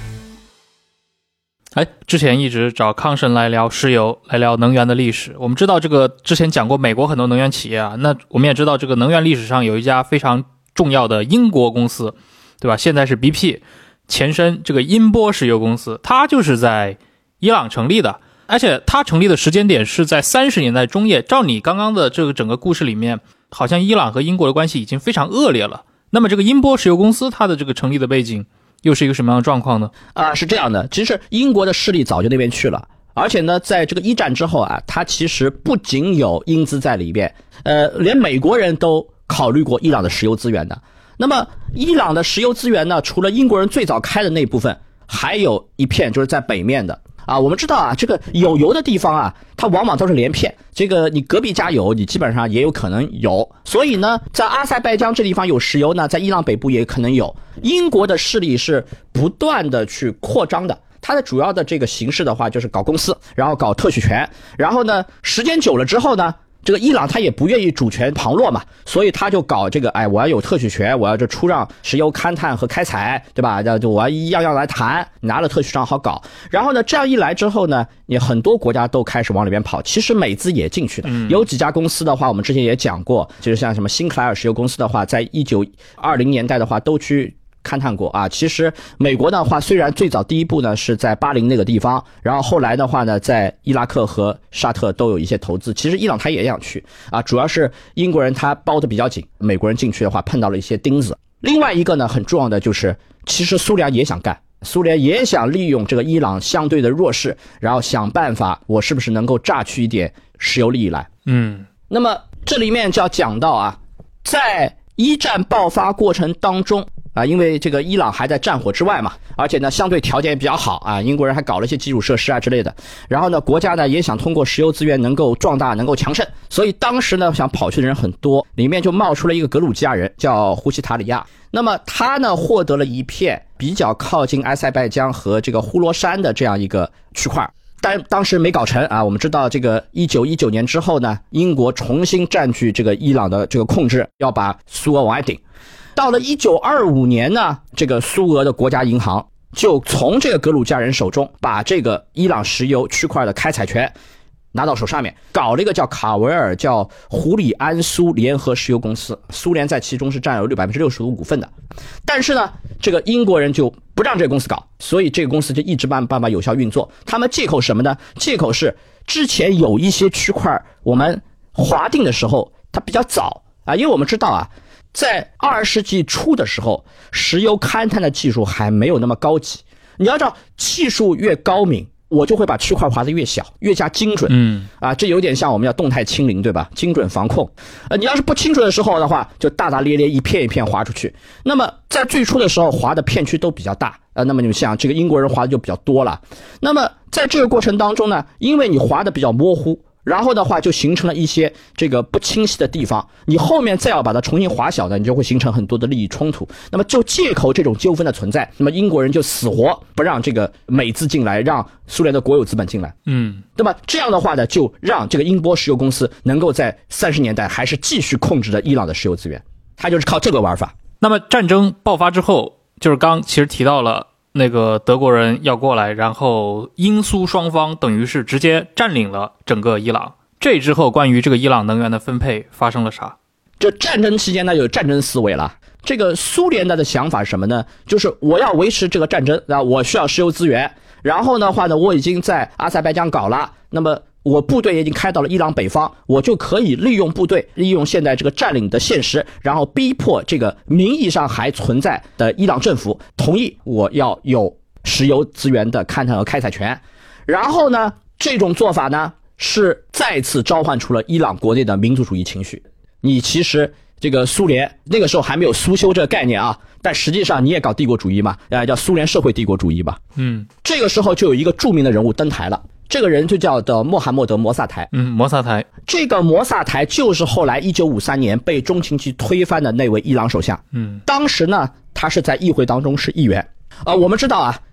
之前一直找康神来聊石油，来聊能源的历史。我们知道这个之前讲过美国很多能源企业啊，那我们也知道这个能源历史上有一家非常重要的英国公司，对吧？现在是 BP， 前身这个英波石油公司，它就是在伊朗成立的，而且它成立的时间点是在30年代中叶。照你刚刚的这个整个故事里面，好像伊朗和英国的关系已经非常恶劣了。那么这个英波石油公司它的这个成立的背景又是一个什么样的状况呢？ 是这样的，其实英国的势力早就那边去了，而且呢，在这个一战之后啊，它其实不仅有英资在里边，连美国人都考虑过伊朗的石油资源的。那么伊朗的石油资源呢，除了英国人最早开的那部分，还有一片就是在北面的。我们知道啊，这个有油的地方啊，它往往都是连片。这个你隔壁家有，你基本上也有可能有。所以呢，在阿塞拜疆这地方有石油呢，在伊朗北部也可能有。英国的势力是不断的去扩张的。它的主要的这个形式的话，就是搞公司，然后搞特许权，然后呢，时间久了之后呢，这个伊朗他也不愿意主权旁落嘛，所以他就搞这个，我要有特许权，我要就出让石油勘探和开采，对吧？就我要一样样来谈，拿了特许证好搞。然后呢，这样一来之后呢，你很多国家都开始往里边跑。其实美资也进去的，有几家公司的话，我们之前也讲过，就是像什么新克莱尔石油公司的话，在1920年代的话都去勘探过啊。其实美国的话，虽然最早第一步呢是在巴林那个地方，然后后来的话呢，在伊拉克和沙特都有一些投资。其实伊朗他也想去啊，主要是英国人他包得比较紧，美国人进去的话碰到了一些钉子。另外一个呢，很重要的就是，其实苏联也想干，苏联也想利用这个伊朗相对的弱势，然后想办法，我是不是能够榨取一点石油利益来。那么这里面就要讲到啊，在一战爆发过程当中因为这个伊朗还在战火之外嘛，而且呢相对条件也比较好啊，英国人还搞了一些基础设施啊之类的，然后呢国家呢也想通过石油资源能够壮大，能够强盛，所以当时呢想跑去的人很多，里面就冒出了一个格鲁吉亚人叫胡希塔里亚。那么他呢获得了一片比较靠近阿塞拜疆和这个呼罗珊的这样一个区块，但当时没搞成啊。我们知道这个1919年之后呢，英国重新占据这个伊朗的这个控制，要把苏俄往外顶。到了1925年呢，这个苏俄的国家银行就从这个格鲁吉亚人手中把这个伊朗石油区块的开采权拿到手上面，搞了一个叫卡维尔叫胡里安苏联合石油公司，苏联在其中是占有 65% 股份的。但是呢，这个英国人就不让这个公司搞，所以这个公司就一直办法有效运作。他们借口什么呢？借口是之前有一些区块我们划定的时候它比较早啊，因为我们知道啊，在20世纪初的时候，石油勘探的技术还没有那么高级。你要知道，技术越高明，我就会把区块划得越小，越加精准。这有点像我们要动态清零，对吧？精准防控。你要是不清楚的时候的话，就大大咧咧一片一片划出去。那么在最初的时候划的片区都比较大，那么你们想，这个英国人划的就比较多了。那么在这个过程当中呢，因为你划的比较模糊，然后的话就形成了一些这个不清晰的地方，你后面再要把它重新划小的，你就会形成很多的利益冲突。那么就借口这种纠纷的存在，那么英国人就死活不让这个美资进来，让苏联的国有资本进来。那么这样的话呢，就让这个英波石油公司能够在30年代还是继续控制着伊朗的石油资源，它就是靠这个玩法。 那么战争爆发之后，就是刚其实提到了那个德国人要过来，然后英苏双方等于是直接占领了整个伊朗。这之后关于这个伊朗能源的分配发生了啥？ 这战争期间呢，有战争思维了。这个苏联的想法是什么呢？就是我要维持这个战争，我需要石油资源，然后的话呢，我已经在阿塞拜疆搞了，那么我部队已经开到了伊朗北方，我就可以利用部队，利用现在这个占领的现实，然后逼迫这个名义上还存在的伊朗政府同意我要有石油资源的勘探和开采权。然后呢，这种做法呢是再次召唤出了伊朗国内的民族主义情绪。你其实这个苏联那个时候还没有苏修这个概念啊，但实际上你也搞帝国主义嘛，叫苏联社会帝国主义吧。这个时候就有一个著名的人物登台了，这个人就叫的穆罕默德·摩萨台。 摩萨台， 这个摩萨台就是后来1953年被中情局推翻的那位伊朗首相。当时呢，他是在议会当中是议员。我们知道啊，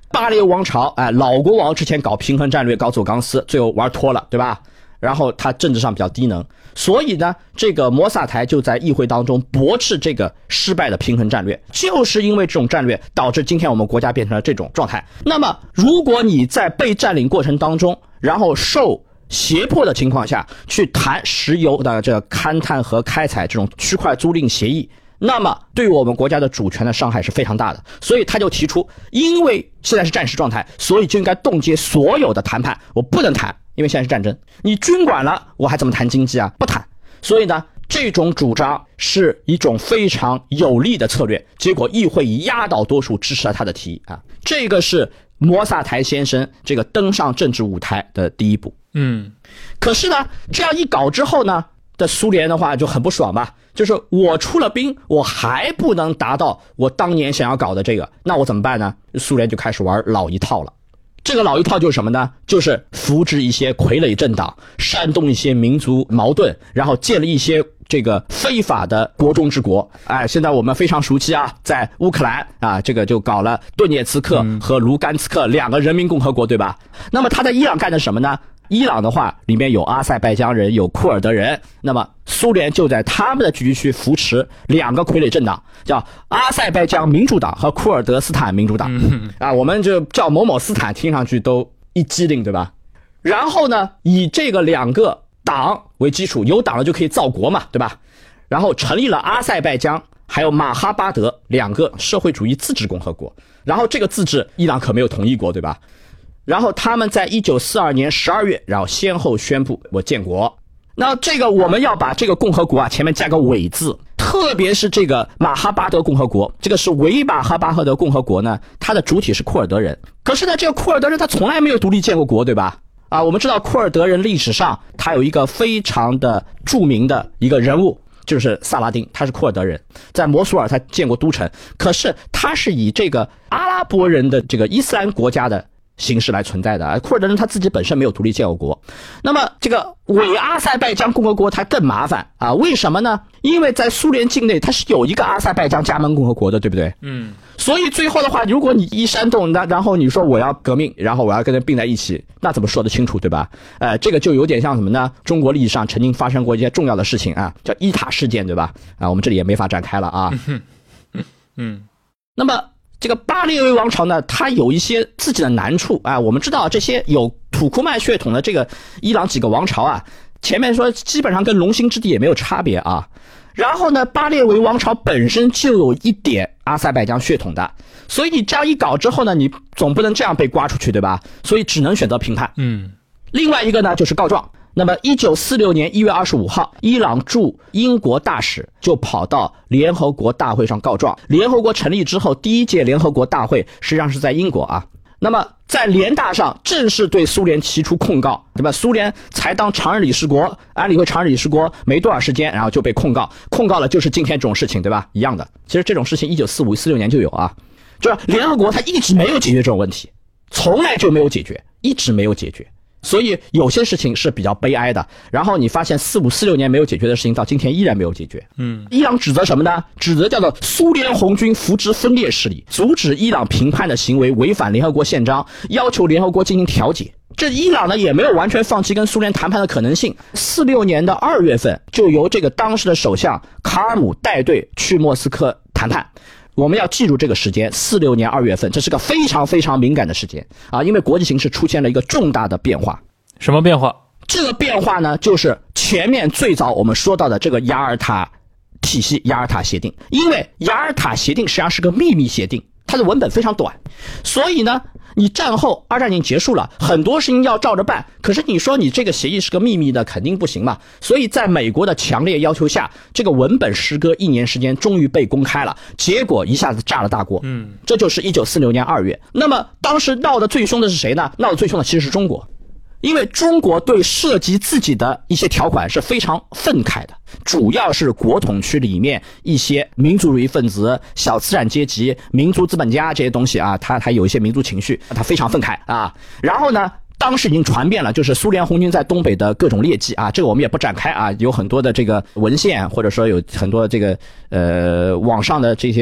巴列王朝，老国王之前搞平衡战略，搞走钢丝，最后玩脱了，对吧？然后他政治上比较低能，所以呢，这个摩萨台就在议会当中驳斥这个失败的平衡战略，就是因为这种战略导致今天我们国家变成了这种状态。那么，如果你在被占领过程当中，然后受胁迫的情况下去谈石油的这个勘探和开采这种区块租赁协议，那么对我们国家的主权的伤害是非常大的。所以他就提出，因为现在是战时状态，所以就应该冻结所有的谈判，我不能谈，因为现在是战争，你军管了，我还怎么谈经济啊？不谈。所以呢，这种主张是一种非常有利的策略，结果议会以压倒多数支持了他的提议啊。这个是摩萨台先生这个登上政治舞台的第一步。可是呢，这样一搞之后呢，的苏联的话就很不爽吧，就是我出了兵，我还不能达到我当年想要搞的这个，那我怎么办呢？苏联就开始玩老一套了。这个老一套就是什么呢？就是扶植一些傀儡政党，煽动一些民族矛盾，然后建立一些这个非法的国中之国。现在我们非常熟悉啊，在乌克兰啊，这个就搞了顿涅茨克和卢甘斯克两个人民共和国，对吧？那么他在伊朗干的什么呢？伊朗的话里面有阿塞拜疆人，有库尔德人，那么苏联就在他们的聚居区扶持两个傀儡政党，叫阿塞拜疆民主党和库尔德斯坦民主党。我们就叫某某斯坦，听上去都一激灵，对吧？然后呢，以这个两个党为基础，有党了就可以造国嘛，对吧？然后成立了阿塞拜疆还有马哈巴德两个社会主义自治共和国。然后这个自治伊朗可没有同意过，对吧？然后他们在1942年12月，然后先后宣布我建国。那这个我们要把这个共和国啊前面加个伪字，特别是这个马哈巴德共和国，这个是伪马哈巴德共和国呢，它的主体是库尔德人。可是呢，这个库尔德人他从来没有独立建过国，对吧？我们知道库尔德人历史上他有一个非常的著名的一个人物，就是萨拉丁，他是库尔德人，在摩苏尔他建过都城，可是他是以这个阿拉伯人的这个伊斯兰国家的形式来存在的。库尔德人他自己本身没有独立建过国。那么这个伪阿塞拜疆共和国它更麻烦啊，为什么呢？因为在苏联境内它是有一个阿塞拜疆加盟共和国的，对不对？所以最后的话，如果你一煽动，然后你说我要革命，然后我要跟人并在一起，那怎么说得清楚，对吧？这个就有点像什么呢？中国历史上曾经发生过一些重要的事情啊，叫伊塔事件，对吧？我们这里也没法展开了啊。那么这个巴列维王朝呢，它有一些自己的难处啊。我们知道这些有土库曼血统的这个伊朗几个王朝啊，前面说基本上跟龙兴之地也没有差别啊。然后呢，巴列维王朝本身就有一点阿塞拜疆血统的，所以你这样一搞之后呢，你总不能这样被刮出去，对吧？所以只能选择评判。另外一个呢就是告状。那么1946年1月25号，伊朗驻英国大使就跑到联合国大会上告状。联合国成立之后，第一届联合国大会实际上是在英国啊。那么在联大上正式对苏联提出控告，对吧？苏联才当常任理事国，安理会常任理事国没多少时间，然后就被控告了，就是今天这种事情，对吧？一样的。其实这种事情1945、46年就有啊，就是联合国它一直没有解决这种问题，从来就没有解决，一直没有解决。所以有些事情是比较悲哀的。然后你发现45、46年没有解决的事情，到今天依然没有解决。伊朗指责什么呢？指责叫做苏联红军扶植分裂势力，阻止伊朗评判的行为违反联合国宪章，要求联合国进行调解。这伊朗呢也没有完全放弃跟苏联谈判的可能性。46年的2月份，就由这个当时的首相卡尔姆带队去莫斯科谈判。我们要记住这个时间，46年2月份，这是个非常非常敏感的时间啊，因为国际形势出现了一个重大的变化。 什么变化？ 这个变化呢，就是前面最早我们说到的这个雅尔塔体系、雅尔塔协定。因为雅尔塔协定实际上是个秘密协定，它的文本非常短，所以呢，你战后二战已经结束了，很多事情要照着办，可是你说你这个协议是个秘密的，肯定不行嘛。所以在美国的强烈要求下，这个文本时隔1年时间终于被公开了，结果一下子炸了大锅。这就是1946年2月。那么当时闹得最凶的是谁呢？闹得最凶的其实是中国。因为中国对涉及自己的一些条款是非常愤慨的，主要是国统区里面一些民族主义分子、小资产阶级、民族资本家这些东西啊，他有一些民族情绪，他非常愤慨啊。然后呢，当时已经传遍了，就是苏联红军在东北的各种劣迹啊，这个我们也不展开啊，有很多的这个文献，或者说有很多这个网上的这些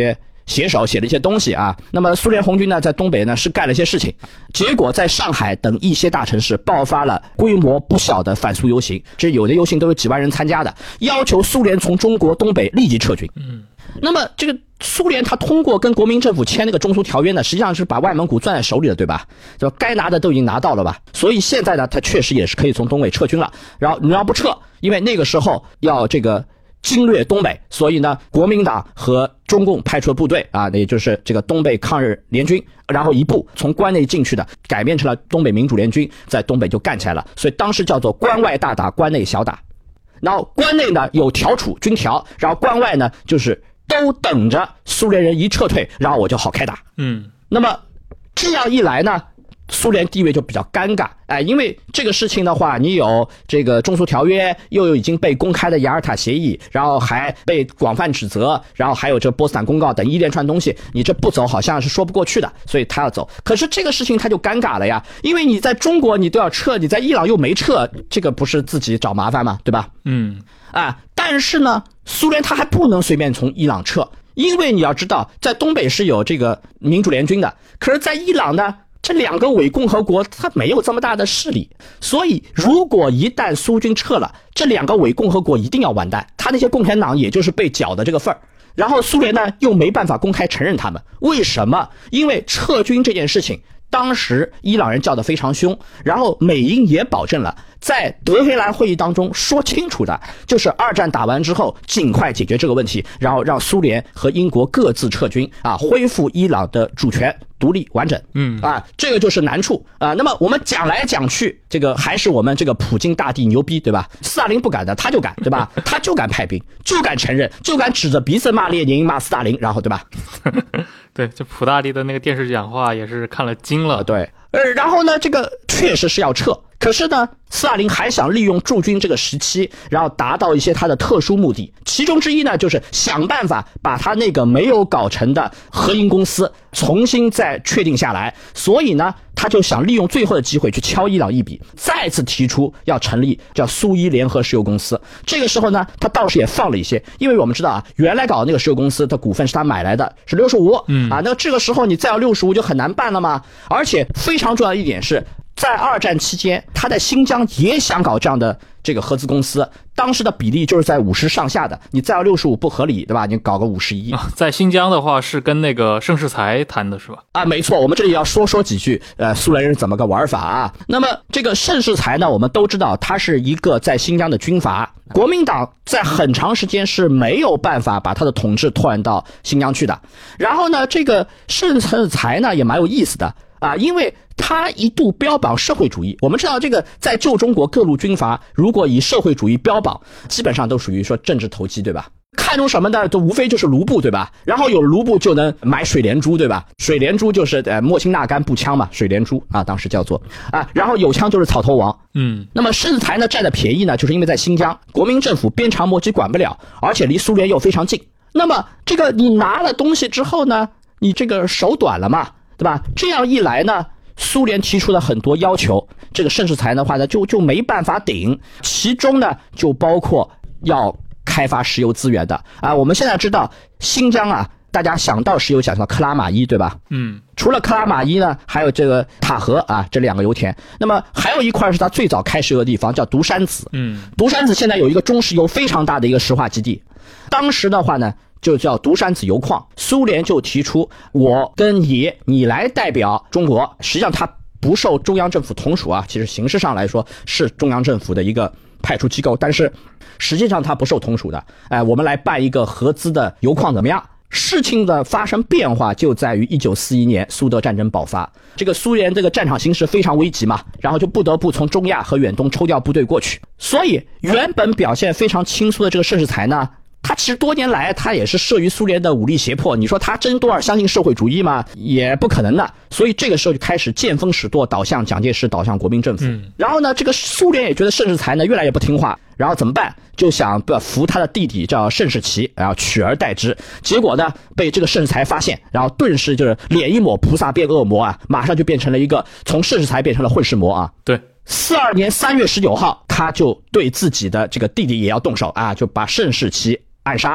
写手写了一些东西啊。那么苏联红军呢，在东北呢是干了一些事情，结果在上海等一些大城市爆发了规模不小的反苏游行，这有的游行都有几万人参加的，要求苏联从中国东北立即撤军。那么这个苏联他通过跟国民政府签那个中苏条约呢，实际上是把外蒙古攥在手里了，对吧？就该拿的都已经拿到了吧？所以现在呢，他确实也是可以从东北撤军了。然后你要不撤，因为那个时候要这个侵略东北，所以呢，国民党和中共派出了部队啊，也就是这个东北抗日联军，然后一部从关内进去的，改变成了东北民主联军，在东北就干起来了。所以当时叫做关外大打，关内小打。然后关内呢有条处军条，然后关外呢就是都等着苏联人一撤退，然后我就好开打。那么这样一来呢，苏联地位就比较尴尬，因为这个事情的话，你有这个中苏条约，又有已经被公开的雅尔塔协议，然后还被广泛指责，然后还有这波茨坦公告等一连串东西，你这不走好像是说不过去的，所以他要走。可是这个事情他就尴尬了呀，因为你在中国你都要撤，你在伊朗又没撤，这个不是自己找麻烦吗？对吧？但是呢，苏联他还不能随便从伊朗撤，因为你要知道，在东北是有这个民主联军的，可是在伊朗呢，这两个伪共和国它没有这么大的势力，所以如果一旦苏军撤了，这两个伪共和国一定要完蛋，他那些共产党也就是被剿的这个份儿。然后苏联呢又没办法公开承认他们，为什么？因为撤军这件事情，当时伊朗人叫得非常凶，然后美英也保证了，在德黑兰会议当中说清楚的，就是二战打完之后尽快解决这个问题，然后让苏联和英国各自撤军啊，恢复伊朗的主权独立完整。这个就是难处啊。那么我们讲来讲去，这个还是我们这个普京大帝牛逼，对吧？斯大林不敢的，他就敢，对吧？他就敢派兵，就敢承认，就敢指着鼻子骂列宁骂斯大林，然后对吧？ 对，就普大帝的那个电视讲话也是看了惊了。 对，然后呢，这个确实是要撤，可是呢，斯大林还想利用驻军这个时期，然后达到一些他的特殊目的，其中之一呢，就是想办法把他那个没有搞成的合营公司重新再确定下来，所以呢，他就想利用最后的机会去敲伊朗一笔，再次提出要成立叫苏伊联合石油公司。这个时候呢，他倒是也放了一些，因为我们知道啊，原来搞的那个石油公司的股份是他买来的，是65%，那这个时候你再要65就很难办了嘛。而且非常重要的一点是，在二战期间，他在新疆也想搞这样的这个合资公司，当时的比例就是在50上下的，你再要65不合理，对吧？你搞个51。 在新疆的话是跟那个盛世才谈的是吧？ 没错，我们这里要说几句，苏联人怎么个玩法啊？那么这个盛世才呢，我们都知道他是一个在新疆的军阀，国民党在很长时间是没有办法把他的统治拓展到新疆去的。然后呢，这个盛世才呢也蛮有意思的。因为他一度标榜社会主义，我们知道这个在旧中国各路军阀如果以社会主义标榜，基本上都属于说政治投机，对吧？看重什么呢？都无非就是卢布，对吧？然后有卢布就能买水莲珠，对吧？水莲珠就是莫辛纳甘步枪嘛，水莲珠当时叫做然后有枪就是草头王。那么盛世才呢占的便宜呢，就是因为在新疆国民政府鞭长莫及管不了，而且离苏联又非常近。那么这个你拿了东西之后呢，你这个手短了嘛，对吧？这样一来呢，苏联提出了很多要求，这个盛世才的话呢就没办法顶，其中呢就包括要开发石油资源的我们现在知道新疆大家想到石油想到克拉玛依，对吧？除了克拉玛依呢，还有这个塔河这两个油田。那么还有一块是他最早开石油的地方，叫独山子。独山子现在有一个中石油非常大的一个石化基地，当时的话呢就叫独山子油矿，苏联就提出我跟你来代表中国，实际上它不受中央政府统属其实形式上来说是中央政府的一个派出机构，但是实际上它不受统属的。我们来办一个合资的油矿怎么样？事情的发生变化就在于1941年苏德战争爆发，这个苏联这个战场形势非常危急嘛，然后就不得不从中亚和远东抽调部队过去，所以原本表现非常轻松的这个盛世才呢，他其实多年来他也是慑于苏联的武力胁迫，你说他真多少相信社会主义吗？也不可能的。所以这个时候就开始见风使舵，导向蒋介石，导向国民政府。然后呢，这个苏联也觉得盛世才呢越来越不听话，然后怎么办？就想扶他的弟弟叫盛世奇，然后取而代之。结果呢，被这个盛世才发现，然后顿时就是脸一抹菩萨变恶魔马上就变成了一个从盛世才变成了混世魔对。 42年3月19号，他就对自己的这个弟弟也要动手就把盛世奇暗杀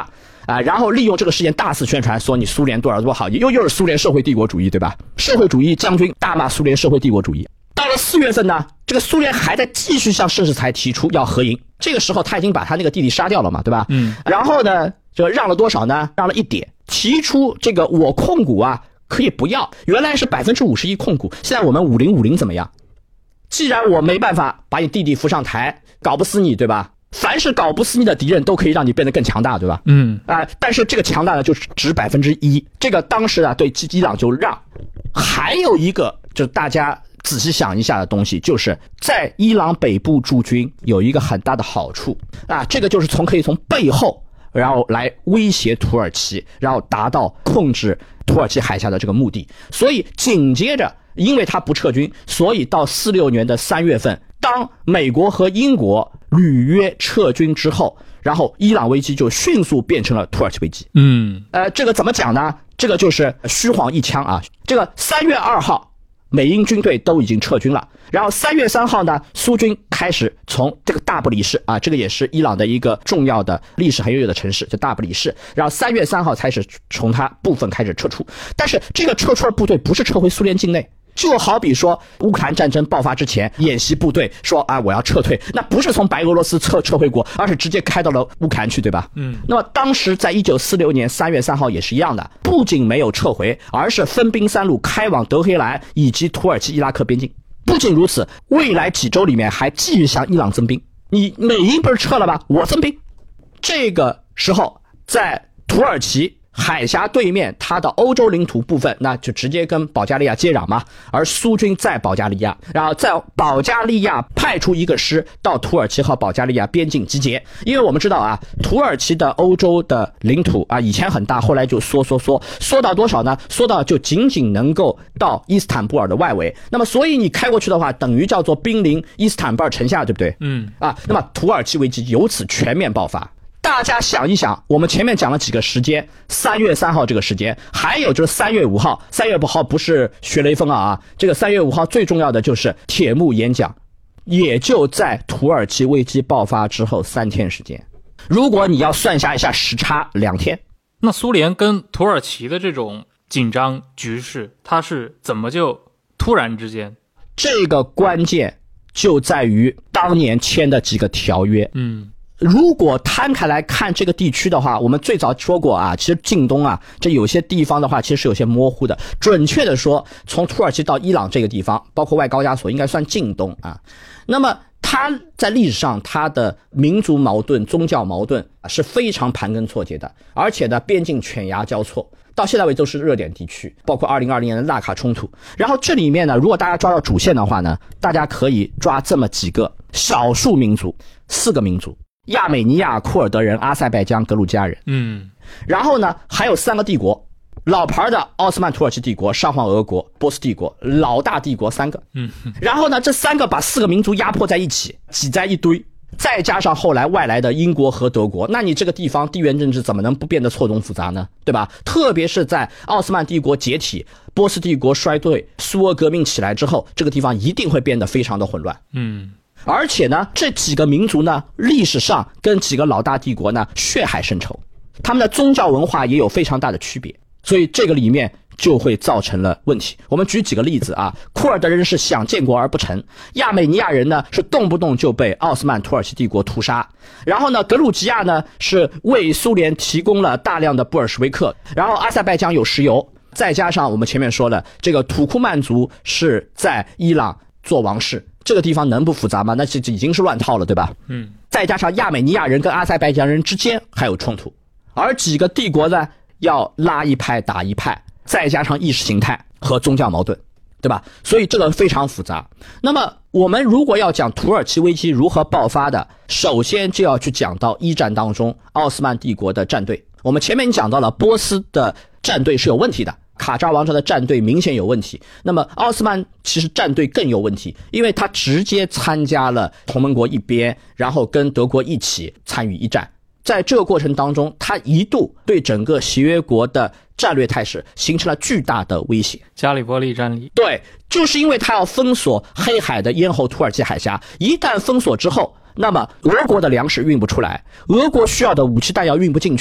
然后利用这个事件大肆宣传说你苏联多好，又是苏联社会帝国主义，对吧？社会主义将军大骂苏联社会帝国主义。到了4月份呢，这个苏联还在继续向盛世才提出要和赢，这个时候他已经把他那个弟弟杀掉了嘛，对吧？然后呢，就让了多少呢？让了1点，提出这个我控股啊可以不要，原来是51%控股，现在我们50-50怎么样？既然我没办法把你弟弟扶上台，搞不死你，对吧？凡是搞不死你的敌人都可以让你变得更强大，对吧？但是这个强大呢，就是只1%，这个当时啊对伊朗就让。还有一个就是大家仔细想一下的东西，就是在伊朗北部驻军有一个很大的好处啊，这个就是可以从背后然后来威胁土耳其，然后达到控制土耳其海峡的这个目的。所以紧接着因为他不撤军，所以到46年的3月份，当美国和英国履约撤军之后，然后伊朗危机就迅速变成了土耳其危机。这个怎么讲呢？这个就是虚晃一枪啊。这个3月2号美英军队都已经撤军了，然后3月3号呢，苏军开始从这个大不里士啊，这个也是伊朗的一个重要的历史很悠久的城市，就大不里士，然后3月3号开始从它部分开始撤出。但是这个撤出的部队不是撤回苏联境内，就好比说乌克兰战争爆发之前，演习部队说啊我要撤退，那不是从白俄罗斯撤回国，而是直接开到了乌克兰去，对吧？那么当时在1946年3月3号也是一样的，不仅没有撤回，而是分兵3路开往德黑兰以及土耳其伊拉克边境。不仅如此，未来几周里面还继续向伊朗增兵。你美英不是撤了吗？我增兵。这个时候在土耳其海峡对面，它的欧洲领土部分那就直接跟保加利亚接壤嘛，而苏军在保加利亚，然后在保加利亚派出一个师到土耳其和保加利亚边境集结。因为我们知道啊，土耳其的欧洲的领土啊以前很大，后来就缩到多少呢？缩到就仅仅能够到伊斯坦布尔的外围。那么所以你开过去的话，等于叫做濒临伊斯坦布尔城下，对不对？那么土耳其危机由此全面爆发。大家想一想，我们前面讲了几个时间，3月3号这个时间，还有就是3月5号，3月5号不是学雷锋啊，这个3月5号最重要的就是铁幕演讲，也就在土耳其危机爆发之后3天时间。如果你要算下一下时差，2天。 那苏联跟土耳其的这种紧张局势，它是怎么就突然之间？ 这个关键就在于当年签的几个条约。如果摊开来看这个地区的话，我们最早说过啊，其实近东啊，这有些地方的话其实是有些模糊的。准确的说，从土耳其到伊朗这个地方，包括外高加索，应该算近东啊。那么它在历史上，它的民族矛盾、宗教矛盾是非常盘根错节的，而且呢，边境犬牙交错。到现在为止都是热点地区，包括2020年的纳卡冲突。然后这里面呢，如果大家抓到主线的话呢，大家可以抓这么几个少数民族，4个民族。亚美尼亚、库尔德人、阿塞拜疆、格鲁吉亚人。然后呢，还有3个帝国，老牌的奥斯曼土耳其帝国、沙皇俄国、波斯帝国，老大帝国3个。然后呢，这3个把4个民族压迫在一起，挤在一堆，再加上后来外来的英国和德国，那你这个地方地缘政治怎么能不变得错综复杂呢？对吧？特别是在奥斯曼帝国解体、波斯帝国衰退、苏俄革命起来之后，这个地方一定会变得非常的混乱。而且呢，这几个民族呢，历史上跟几个老大帝国呢血海深仇，他们的宗教文化也有非常大的区别，所以这个里面就会造成了问题。我们举几个例子啊，库尔德人是想建国而不成，亚美尼亚人呢是动不动就被奥斯曼土耳其帝国屠杀，然后呢，格鲁吉亚呢是为苏联提供了大量的布尔什维克，然后阿塞拜疆有石油，再加上我们前面说了，这个土库曼族是在伊朗做王室。这个地方能不复杂吗？那这已经是乱套了，对吧？再加上亚美尼亚人跟阿塞拜疆人之间还有冲突，而几个帝国呢要拉一派打一派，再加上意识形态和宗教矛盾，对吧？所以这个非常复杂。那么我们如果要讲土耳其危机如何爆发的，首先就要去讲到一战当中奥斯曼帝国的战队。我们前面讲到了波斯的战队是有问题的，卡扎王朝的战队明显有问题，那么奥斯曼其实战队更有问题，因为他直接参加了同盟国一边，然后跟德国一起参与一战。在这个过程当中，他一度对整个协约国的战略态势形成了巨大的威胁。 加里波利战役。 对，就是因为他要封锁黑海的咽喉土耳其海峡，一旦封锁之后，那么俄国的粮食运不出来，俄国需要的武器弹药运不进去，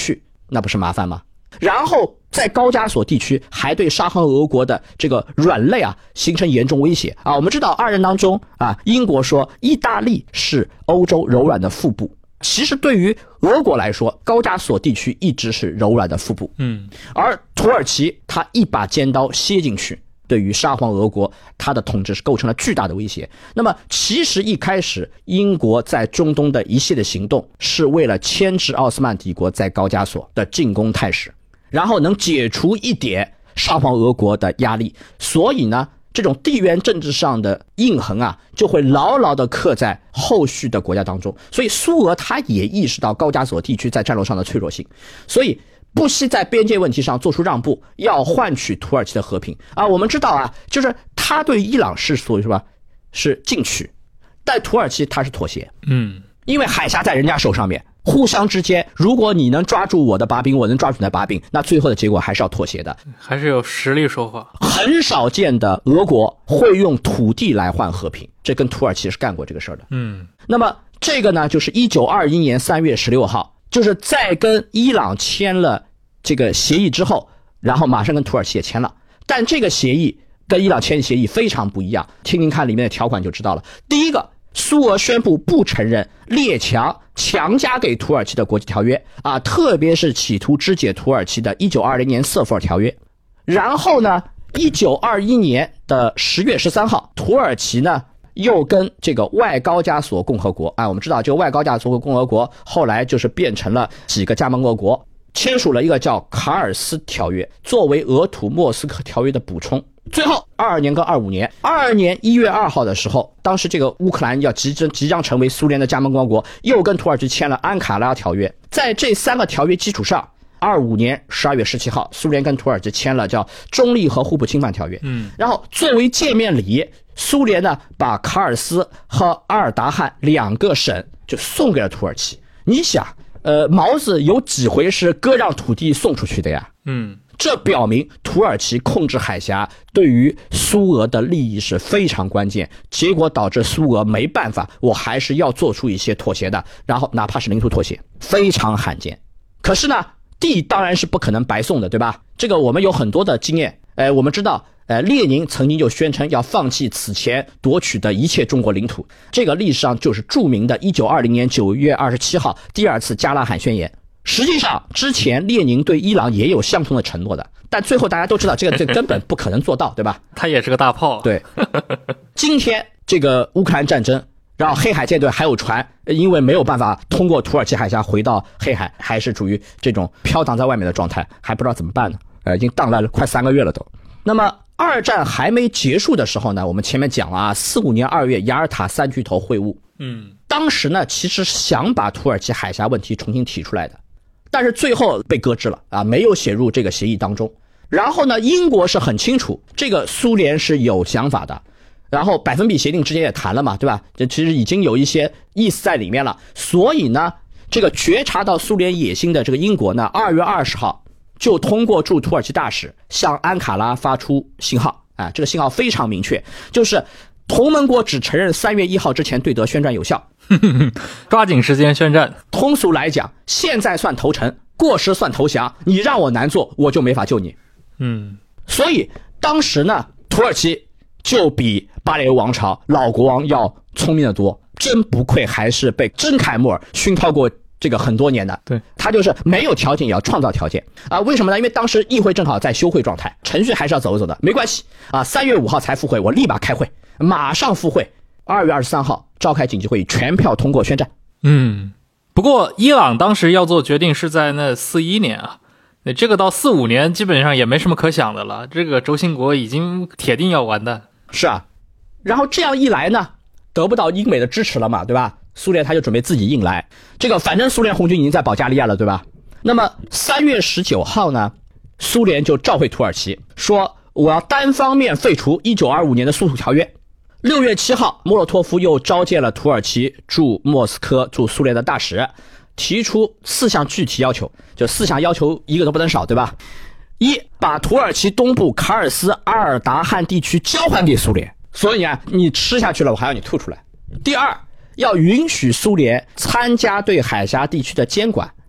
那不是麻烦吗？然后在高加索地区还对沙皇俄国的这个软肋形成严重威胁我们知道二战当中英国说意大利是欧洲柔软的腹部，其实对于俄国来说，高加索地区一直是柔软的腹部。而土耳其他一把尖刀楔进去，对于沙皇俄国他的统治是构成了巨大的威胁。那么其实一开始英国在中东的一系列行动是为了牵制奥斯曼帝国在高加索的进攻态势，然后能解除一点沙皇俄国的压力。所以呢，这种地缘政治上的印痕就会牢牢地刻在后续的国家当中。所以苏俄他也意识到高加索地区在战略上的脆弱性，所以不惜在边界问题上做出让步，要换取土耳其的和平我们知道就是他对伊朗是所谓什么是进取，但土耳其他是妥协。因为海峡在人家手上面，互相之间，如果你能抓住我的把柄，我能抓住你的把柄，那最后的结果还是要妥协的， 还是有实力说话。 很少见的俄国会用土地来换和平，这跟土耳其是干过这个事儿的。那么这个呢，就是1921年3月16号，就是在跟伊朗签了这个协议之后，然后马上跟土耳其也签了。但这个协议跟伊朗签的协议非常不一样，听听看里面的条款就知道了。第一个，苏俄宣布不承认列强强加给土耳其的国际条约特别是企图肢解土耳其的1920年瑟弗尔条约。然后呢，1921年的10月13号，土耳其呢又跟这个外高加索共和国我们知道这个外高加索共和国后来就是变成了几个加盟共和国，签署了一个叫卡尔斯条约，作为俄土莫斯科条约的补充。最后22年跟25年，22年1月2号的时候，当时这个乌克兰要即将成为苏联的加盟共和国，又跟土耳其签了安卡拉条约。在这三个条约基础上，25年12月17号，苏联跟土耳其签了叫中立和互不侵犯条约。然后作为见面礼，苏联呢把卡尔斯和阿尔达汉2个省就送给了土耳其。你想毛子有几回是割让土地送出去的呀？这表明土耳其控制海峡对于苏俄的利益是非常关键，结果导致苏俄没办法，我还是要做出一些妥协的，然后哪怕是领土妥协，非常罕见。可是呢，地当然是不可能白送的，对吧？这个我们有很多的经验，我们知道列宁曾经就宣称要放弃此前夺取的一切中国领土，这个历史上就是著名的1920年9月27号第二次加拉罕宣言。实际上之前列宁对伊朗也有相同的承诺的，但最后大家都知道这根本不可能做到，对吧？ 他也是个大炮。 对。今天这个乌克兰战争，然后黑海舰队还有船，因为没有办法通过土耳其海峡回到黑海，还是处于这种飘荡在外面的状态，还不知道怎么办呢。已经荡了快3个月了都。那么二战还没结束的时候呢，我们前面讲了45年2月雅尔塔三巨头会晤。当时呢其实想把土耳其海峡问题重新提出来的，但是最后被搁置了没有写入这个协议当中。然后呢，英国是很清楚这个苏联是有想法的，然后百分比协定之间也谈了嘛，对吧？这其实已经有一些意思在里面了。所以呢，这个觉察到苏联野心的这个英国呢，2月20号就通过驻土耳其大使向安卡拉发出信号这个信号非常明确，就是同盟国只承认3月1号之前对德宣战有效。 抓紧时间宣战。 通俗来讲，现在算投诚，过时算投降，你让我难做，我就没法救你。所以当时呢，土耳其就比巴列维王朝老国王要聪明得多，真不愧还是被真凯穆尔熏陶过这个很多年的。 对， 他就是没有条件也要创造条件为什么呢？因为当时议会正好在休会状态，程序还是要走一走的，没关系3月5号才复会，我立马开会，马上复会，2月23号召开紧急会议，全票通过宣战。 不过伊朗当时要做决定是在那41年那这个到45年基本上也没什么可想的了，这个轴心国已经铁定要完蛋。 是然后这样一来呢，得不到英美的支持了嘛，对吧？苏联他就准备自己硬来，这个反正苏联红军已经在保加利亚了，对吧？那么3月19号呢，苏联就召回土耳其，说我要单方面废除1925年的苏土条约。6月7号，莫洛托夫又召见了土耳其驻莫斯科驻苏联的大使，提出4项具体要求，就4项要求一个都不能少，对吧？一，把土耳其东部卡尔斯阿尔达汉地区交还给苏联，所以你吃下去了，我还要你吐出来。第二，要允许苏联参加对海峡地区的监管，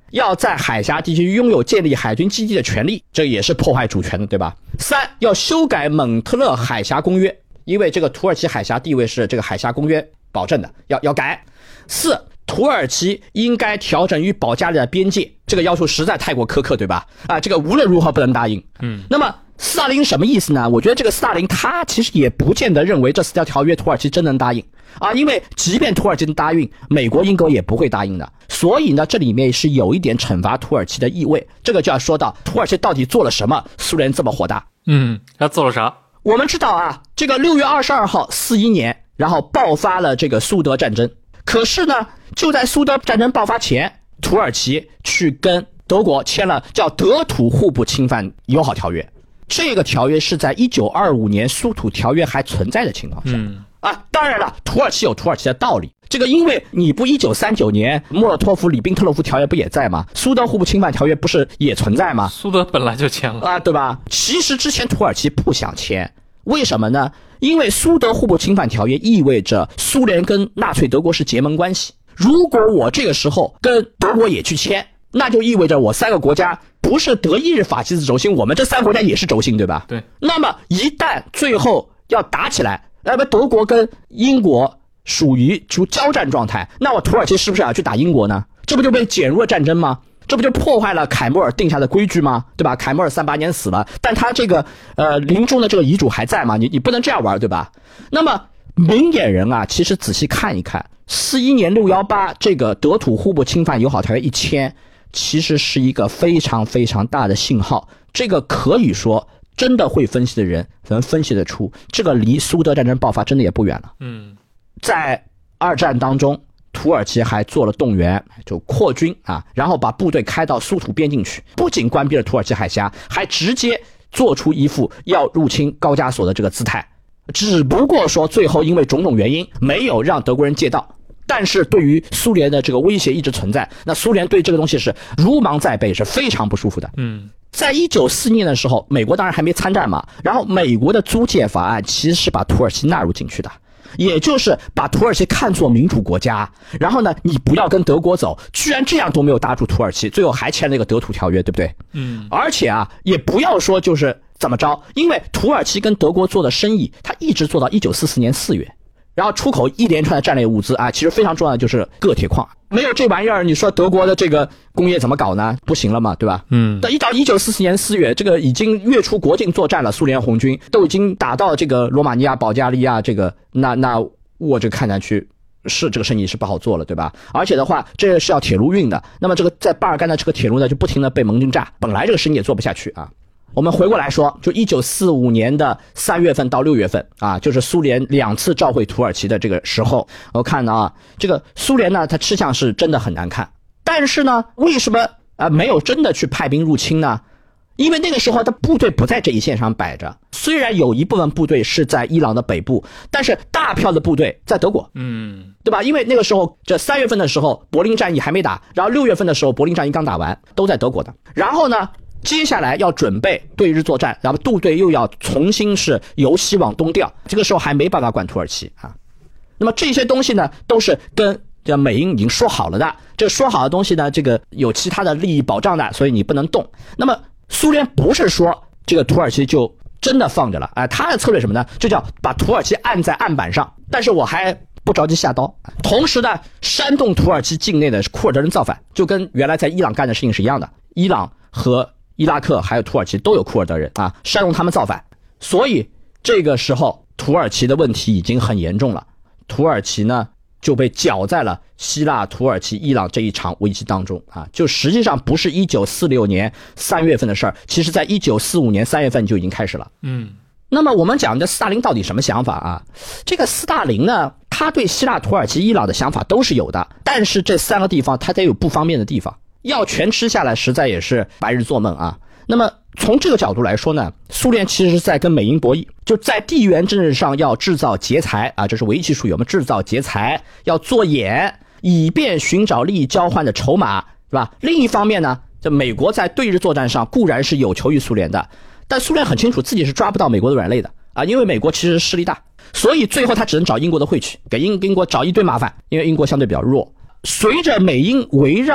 要在海峡地区拥有建立海军基地的权利，这也是破坏主权的，对吧？3要修改蒙特勒海峡公约，因为这个土耳其海峡地位是这个海峡公约保证的，要改。4土耳其应该调整与保加利亚边界，这个要求实在太过苛刻，对吧？这个无论如何不能答应。那么斯大林什么意思呢？我觉得这个斯大林他其实也不见得认为这4条条约土耳其真能答应因为即便土耳其能答应，美国英国也不会答应的。所以呢，这里面是有一点惩罚土耳其的意味。这个就要说到土耳其到底做了什么，苏联这么火大。 他做了啥？ 我们知道这个6月22号41年，然后爆发了这个苏德战争。可是呢，就在苏德战争爆发前，土耳其去跟德国签了叫德土互不侵犯友好条约。这个条约是在1925年苏土条约还存在的情况下。当然了，土耳其有土耳其的道理。这个因为你不1939年莫洛托夫里宾特洛夫条约不也在吗？苏德互不侵犯条约不是也存在吗？ 苏德本来就签了对吧？其实之前土耳其不想签，为什么呢？因为苏德互不侵犯条约意味着苏联跟纳粹德国是结盟关系。如果我这个时候跟德国也去签，那就意味着我3个国家不是德意日法西斯轴心，我们这3个国家也是轴心，对吧？ 对。 那么一旦最后要打起来，那么德国跟英国属于交战状态，那我土耳其是不是要去打英国呢？这不就被减弱战争吗？这不就破坏了凯末尔定下的规矩吗？对吧？凯末尔38年死了，但他这个临终的这个遗嘱还在吗？你不能这样玩，对吧？那么明眼人其实仔细看一看，41年618这个德土互不侵犯友好条约一签，其实是一个非常非常大的信号。这个可以说真的会分析的人能分析得出，这个离苏德战争爆发真的也不远了。在2战当中，土耳其还做了动员，就扩军然后把部队开到苏土边境去，不仅关闭了土耳其海峡，还直接做出一副要入侵高加索的这个姿态。只不过说最后因为种种原因没有让德国人借道，但是对于苏联的这个威胁一直存在，那苏联对这个东西是如芒在背，是非常不舒服的。在1942年的时候，美国当然还没参战嘛，然后美国的租借法案其实是把土耳其纳入进去的，也就是把土耳其看作民主国家，然后呢，你不要跟德国走，居然这样都没有搭住土耳其，最后还签了一个德土条约，对不对？而且也不要说就是怎么着，因为土耳其跟德国做的生意，它一直做到1944年4月，然后出口一连串的战略物资其实非常重要的就是铬铁矿，没有这玩意儿，你说德国的这个工业怎么搞呢？不行了嘛，对吧？但一到1944年4月，这个已经越出国境作战了，苏联红军都已经打到这个罗马尼亚、保加利亚，这个那我这看上去是这个生意是不好做了，对吧？而且的话，这是要铁路运的，那么这个在巴尔干的这个铁路呢，就不停的被盟军炸，本来这个生意也做不下去我们回过来说，就1945年的3月份到6月份就是苏联2次召回土耳其的这个时候，我看到这个苏联呢，它吃相是真的很难看。但是呢，为什么没有真的去派兵入侵呢？因为那个时候的部队不在这一线上摆着，虽然有一部分部队是在伊朗的北部，但是大票的部队在德国，对吧？因为那个时候这3月份的时候柏林战役还没打，然后6月份的时候柏林战役刚打完，都在德国的。然后呢，接下来要准备对日作战，然后部队又要重新是由西往东调，这个时候还没办法管土耳其那么这些东西呢，都是跟这美英已经说好了的，这个说好的东西呢，这个有其他的利益保障的，所以你不能动。那么苏联不是说这个土耳其就真的放着了他的策略什么呢？就叫把土耳其按在案板上，但是我还不着急下刀，同时呢，煽动土耳其境内的库尔德人造反，就跟原来在伊朗干的事情是一样的。伊朗和伊拉克还有土耳其都有库尔德人煽动他们造反，所以这个时候土耳其的问题已经很严重了，土耳其呢就被搅在了希腊、土耳其、伊朗这一场危机当中就实际上不是1946年3月份的事儿，其实在1945年3月份就已经开始了。那么我们讲的斯大林到底什么想法这个斯大林呢，他对希腊、土耳其、伊朗的想法都是有的，但是这3个地方他得有不方便的地方，要全吃下来实在也是白日做梦那么从这个角度来说呢，苏联其实是在跟美英博弈，就在地缘政治上要制造劫财这是围棋术语，我们制造劫财，要做眼，以便寻找利益交换的筹码，是吧？另一方面呢，这美国在对日作战上固然是有求于苏联的，但苏联很清楚自己是抓不到美国的软肋的因为美国其实势力大，所以最后他只能找英国的汇去，给英国找一堆麻烦，因为英国相对比较弱。随着美英围绕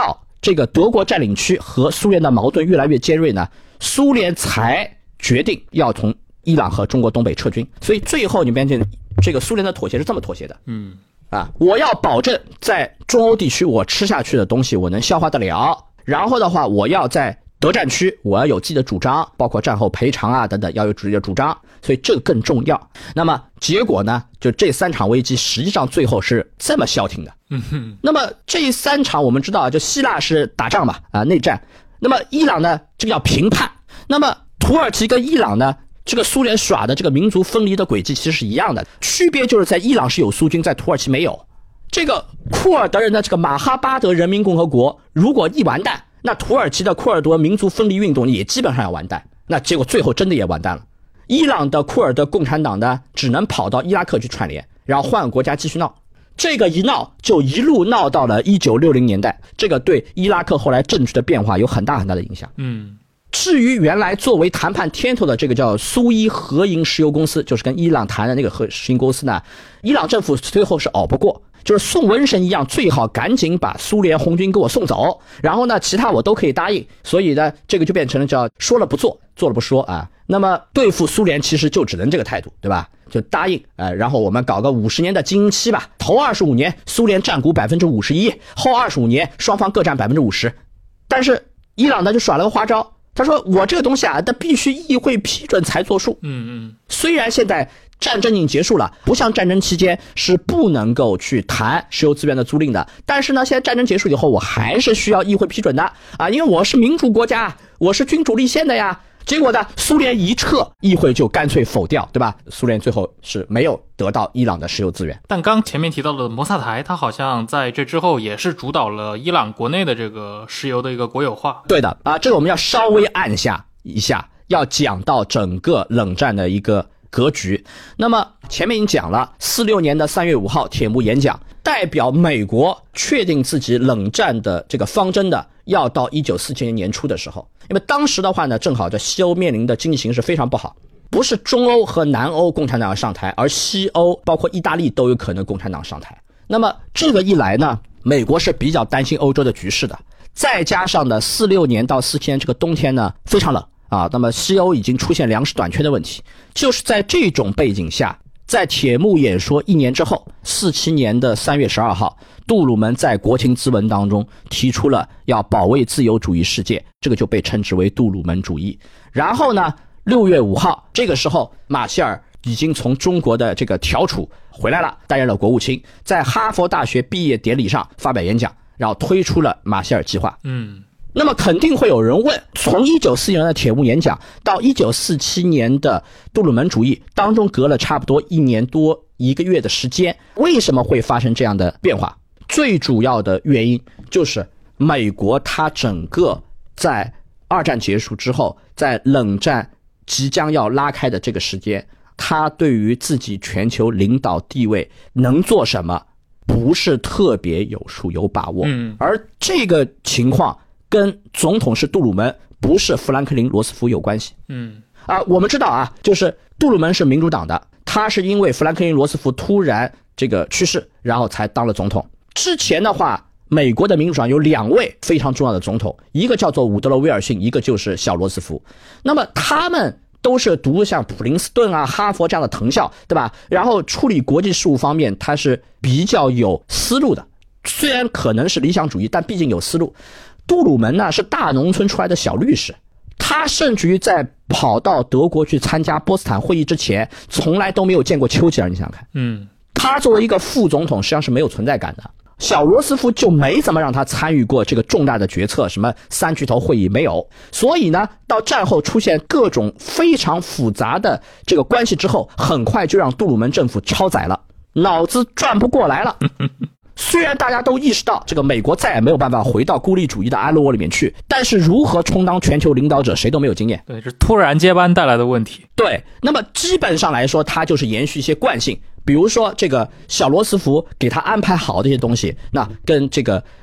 这个德国占领区和苏联的矛盾越来越尖锐呢，苏联才决定要从伊朗和中国东北撤军。所以最后你发现这个苏联的妥协是这么妥协的，我要保证在中欧地区我吃下去的东西我能消化得了，然后的话我要在德占区我要有自己的主张，包括战后赔偿啊等等要有自己的主张，所以这个更重要。那么结果呢，就这3场危机实际上最后是这么消停的。那么这3场我们知道，就希腊是打仗嘛，内战。那么伊朗呢，这个叫平叛。那么土耳其跟伊朗呢，这个苏联耍的这个民族分离的轨迹其实是一样的，区别就是在伊朗是有苏军，在土耳其没有。这个库尔德人的这个马哈巴德人民共和国如果一完蛋，那土耳其的库尔德民族分离运动也基本上要完蛋。那结果最后真的也完蛋了。伊朗的库尔德共产党呢，只能跑到伊拉克去串联，然后换个国家继续闹。这个一闹就一路闹到了1960年代，这个对伊拉克后来政局的变化有很大很大的影响。至于原来作为谈判天头的这个叫苏伊合营石油公司，就是跟伊朗谈的那个石油公司呢，伊朗政府最后是熬不过，就是送瘟神一样，最好赶紧把苏联红军给我送走，然后呢其他我都可以答应。所以呢这个就变成了叫说了不做，做了不说啊。那么对付苏联其实就只能这个态度，对吧？就答应然后我们搞个50年的经营期吧，头25年苏联占股 51%， 后25年双方各占 50%。 但是伊朗呢就耍了个花招，他说我这个东西啊，它必须议会批准才作数。虽然现在战争已经结束了，不像战争期间是不能够去谈石油资源的租赁的，但是呢现在战争结束以后我还是需要议会批准的因为我是民主国家，我是君主立宪的呀。结果呢苏联一撤，议会就干脆否掉，对吧？苏联最后是没有得到伊朗的石油资源。 但刚前面提到的摩萨台，它好像在这之后也是主导了伊朗国内的这个石油的一个国有化。 对的这个我们要稍微按下一下，要讲到整个冷战的一个格局。那么前面已经讲了46年的3月5号铁幕演讲，代表美国确定自己冷战的这个方针的要到1947年年初的时候。因为当时的话呢，正好在西欧面临的经济形势非常不好，不是中欧和南欧共产党要上台，而西欧包括意大利都有可能共产党上台。那么这个一来呢，美国是比较担心欧洲的局势的，再加上呢46年到47年这个冬天呢非常冷那么西欧已经出现粮食短缺的问题。就是在这种背景下，在铁幕演说1年之后，47年的3月12号，杜鲁门在国情咨文当中提出了要保卫自由主义世界，这个就被称之为杜鲁门主义。然后呢6月5号，这个时候马歇尔已经从中国的这个调处回来了，担任了国务卿，在哈佛大学毕业典礼上发表演讲，然后推出了马歇尔计划。那么肯定会有人问，从1944年的铁幕演讲到1947年的杜鲁门主义当中隔了差不多1年多1个月的时间，为什么会发生这样的变化？最主要的原因就是美国它整个在2战结束之后，在冷战即将要拉开的这个时间，它对于自己全球领导地位能做什么不是特别有数有把握。而这个情况跟总统是杜鲁门不是富兰克林罗斯福有关系。我们知道就是杜鲁门是民主党的，他是因为富兰克林罗斯福突然这个去世，然后才当了总统。之前的话，美国的民主党有2位非常重要的总统，一个叫做伍德罗·威尔逊，一个就是小罗斯福。那么他们都是读像普林斯顿哈佛这样的藤校，对吧？然后处理国际事务方面他是比较有思路的，虽然可能是理想主义，但毕竟有思路。杜鲁门呢是大农村出来的小律师，他甚至于在跑到德国去参加波茨坦会议之前，从来都没有见过丘吉尔。你想想看，他作为一个副总统实际上是没有存在感的。小罗斯福就没怎么让他参与过这个重大的决策，什么3巨头会议没有。所以呢，到战后出现各种非常复杂的这个关系之后，很快就让杜鲁门政府超载了，脑子转不过来了。虽然大家都意识到这个美国再也没有办法回到孤立主义的安乐窝里面去，但是如何充当全球领导者谁都没有经验。 对，是突然接班带来的问题。 对，那么基本上来说它就是延续一些惯性，比如说这个小罗斯福给他安排好这些东西，那跟这个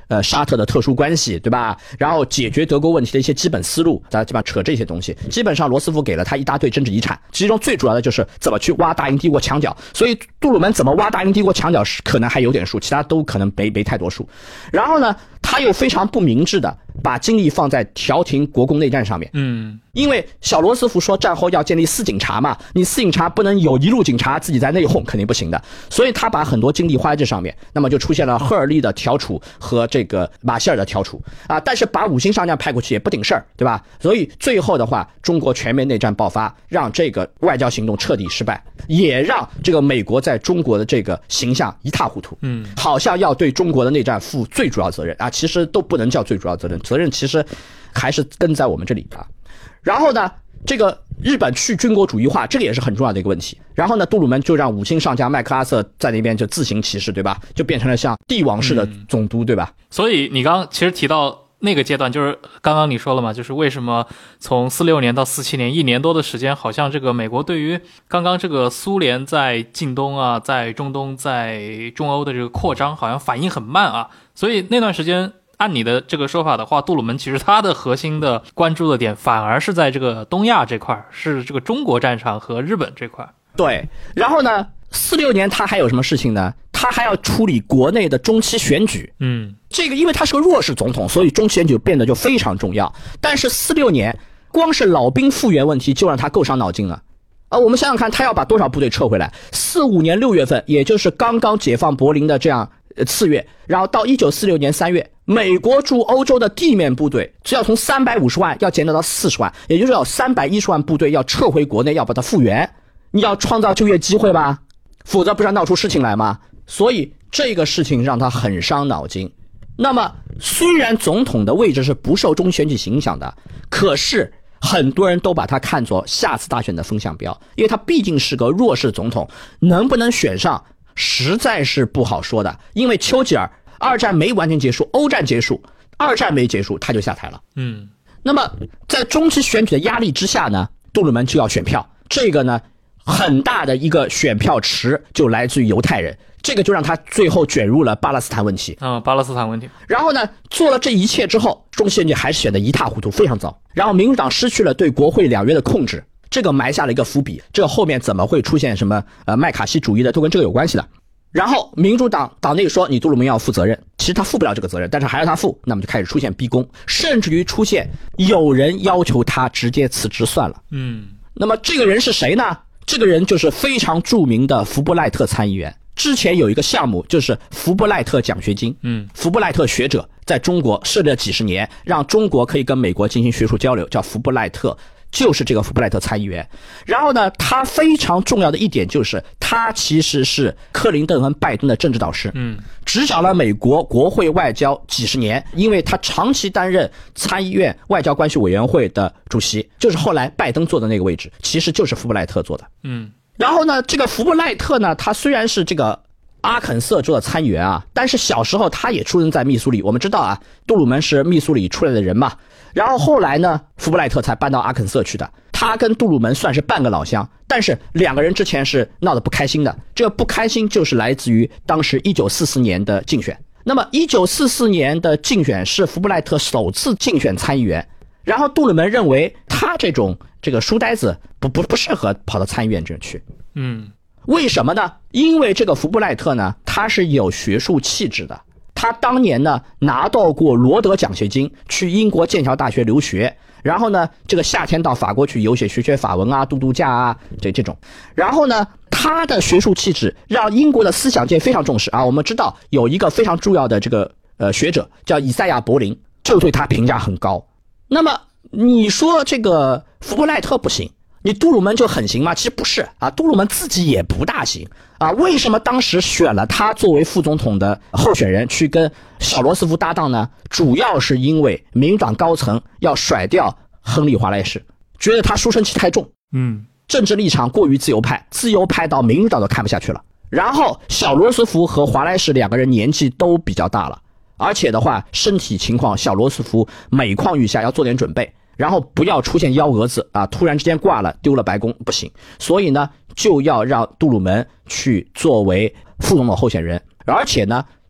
沙特的特殊关系，对吧？然后解决德国问题的一些基本思路，咱基本上扯这些东西。基本上罗斯福给了他一大堆政治遗产，其中最主要的就是怎么去挖大英帝国墙角。所以杜鲁门怎么挖大英帝国墙角可能还有点数，其他都可能没太多数。然后呢，他又非常不明智的把精力放在调停国共内战上面。因为小罗斯福说战后要建立四警察嘛，你四警察不能有一路警察自己在内讧，肯定不行的。所以他把很多精力花在这上面，那么就出现了赫尔利的调处和这个马歇尔的调处啊。但是把5星上将派过去也不顶事儿，对吧？所以最后的话，中国全面内战爆发，让这个外交行动彻底失败，也让这个美国在中国的这个形象一塌糊涂。好像要对中国的内战负最主要责任啊，其实都不能叫最主要责任，责任其实还是跟在我们这里啊。然后呢，这个日本去军国主义化，这个也是很重要的一个问题。然后呢，杜鲁门就让5星上将麦克阿瑟在那边就自行其事，对吧？就变成了像帝王式的总督，对吧？ 所以你刚刚其实提到那个阶段，就是刚刚你说了嘛，就是为什么从46年到47年1年多的时间，好像这个美国对于刚刚这个苏联在近东啊，在中东，在中欧的这个扩张，好像反应很慢啊。所以那段时间，按你的这个说法的话，杜鲁门其实他的核心的关注的点反而是在这个东亚这块，是这个中国战场和日本这块。 对，然后呢，46年他还有什么事情呢？他还要处理国内的中期选举。这个因为他是个弱势总统，所以中期选举变得就非常重要。但是46年光是老兵复员问题就让他够伤脑筋了。我们想想看，他要把多少部队撤回来？45年6月份，也就是刚刚解放柏林的这样4月，然后到1946年3月，美国驻欧洲的地面部队只要从350万要减到40万，也就是要310万部队要撤回国内，要把它复员。你要创造就业机会吧，否则不是要闹出事情来吗？所以这个事情让他很伤脑筋。那么虽然总统的位置是不受中期选举影响的，可是很多人都把他看作下次大选的风向标，因为他毕竟是个弱势总统，能不能选上实在是不好说的。因为丘吉尔二战没完全结束，欧战结束，二战没结束他就下台了。那么在中期选举的压力之下呢，杜鲁门就要选票，这个呢很大的一个选票池就来自于犹太人，这个就让他最后卷入了巴勒斯坦问题。 巴勒斯坦问题。 然后呢，做了这一切之后，中期选举还是选得一塌糊涂，非常糟。然后民主党失去了对国会两院的控制，这个埋下了一个伏笔。这个后面怎么会出现什么麦卡锡主义的，都跟这个有关系的。然后民主党党内说你杜鲁门要负责任，其实他负不了这个责任，但是还要他负，那么就开始出现逼宫，甚至于出现有人要求他直接辞职算了。那么这个人是谁呢？这个人就是非常著名的福布赖特参议员。之前有一个项目就是福布赖特奖学金，福布赖特学者在中国设立了几十年，让中国可以跟美国进行学术交流，叫福布赖特，就是这个福布赖特参议员。然后呢，他非常重要的一点就是他其实是克林顿和拜登的政治导师，执掌了美国国会外交几十年，因为他长期担任参议院外交关系委员会的主席，就是后来拜登坐的那个位置，其实就是福布赖特做的。然后呢，这个福布赖特呢，他虽然是这个阿肯色州的参议员啊，但是小时候他也出生在密苏里。我们知道啊，杜鲁门是密苏里出来的人嘛。然后后来呢，福布赖特才搬到阿肯色去的。他跟杜鲁门算是半个老乡，但是两个人之前是闹得不开心的。这个不开心就是来自于当时1944年的竞选。那么1944年的竞选是福布赖特首次竞选参议员，然后杜鲁门认为他这个书呆子不适合跑到参议院这去。为什么呢？因为这个福布赖特呢，他是有学术气质的。他当年呢拿到过罗德奖学金，去英国剑桥大学留学，然后呢这个夏天到法国去游学法文啊，度假啊，这种。然后呢他的学术气质让英国的思想界非常重视啊。我们知道有一个非常重要的这个学者叫以赛亚柏林，就对他评价很高。那么你说这个福布赖特不行，你杜鲁门就很行吗？其实不是啊，杜鲁门自己也不大行啊。为什么当时选了他作为副总统的候选人去跟小罗斯福搭档呢？主要是因为民主党高层要甩掉亨利·华莱士，觉得他书生气太重，政治立场过于自由派到民主党都看不下去了。然后小罗斯福和华莱士两个人年纪都比较大了，而且的话身体情况小罗斯福每况愈下，要做点准备，然后不要出现幺蛾子啊，突然之间挂了丢了白宫不行。所以呢就要让杜鲁门去作为副总统候选人，而且呢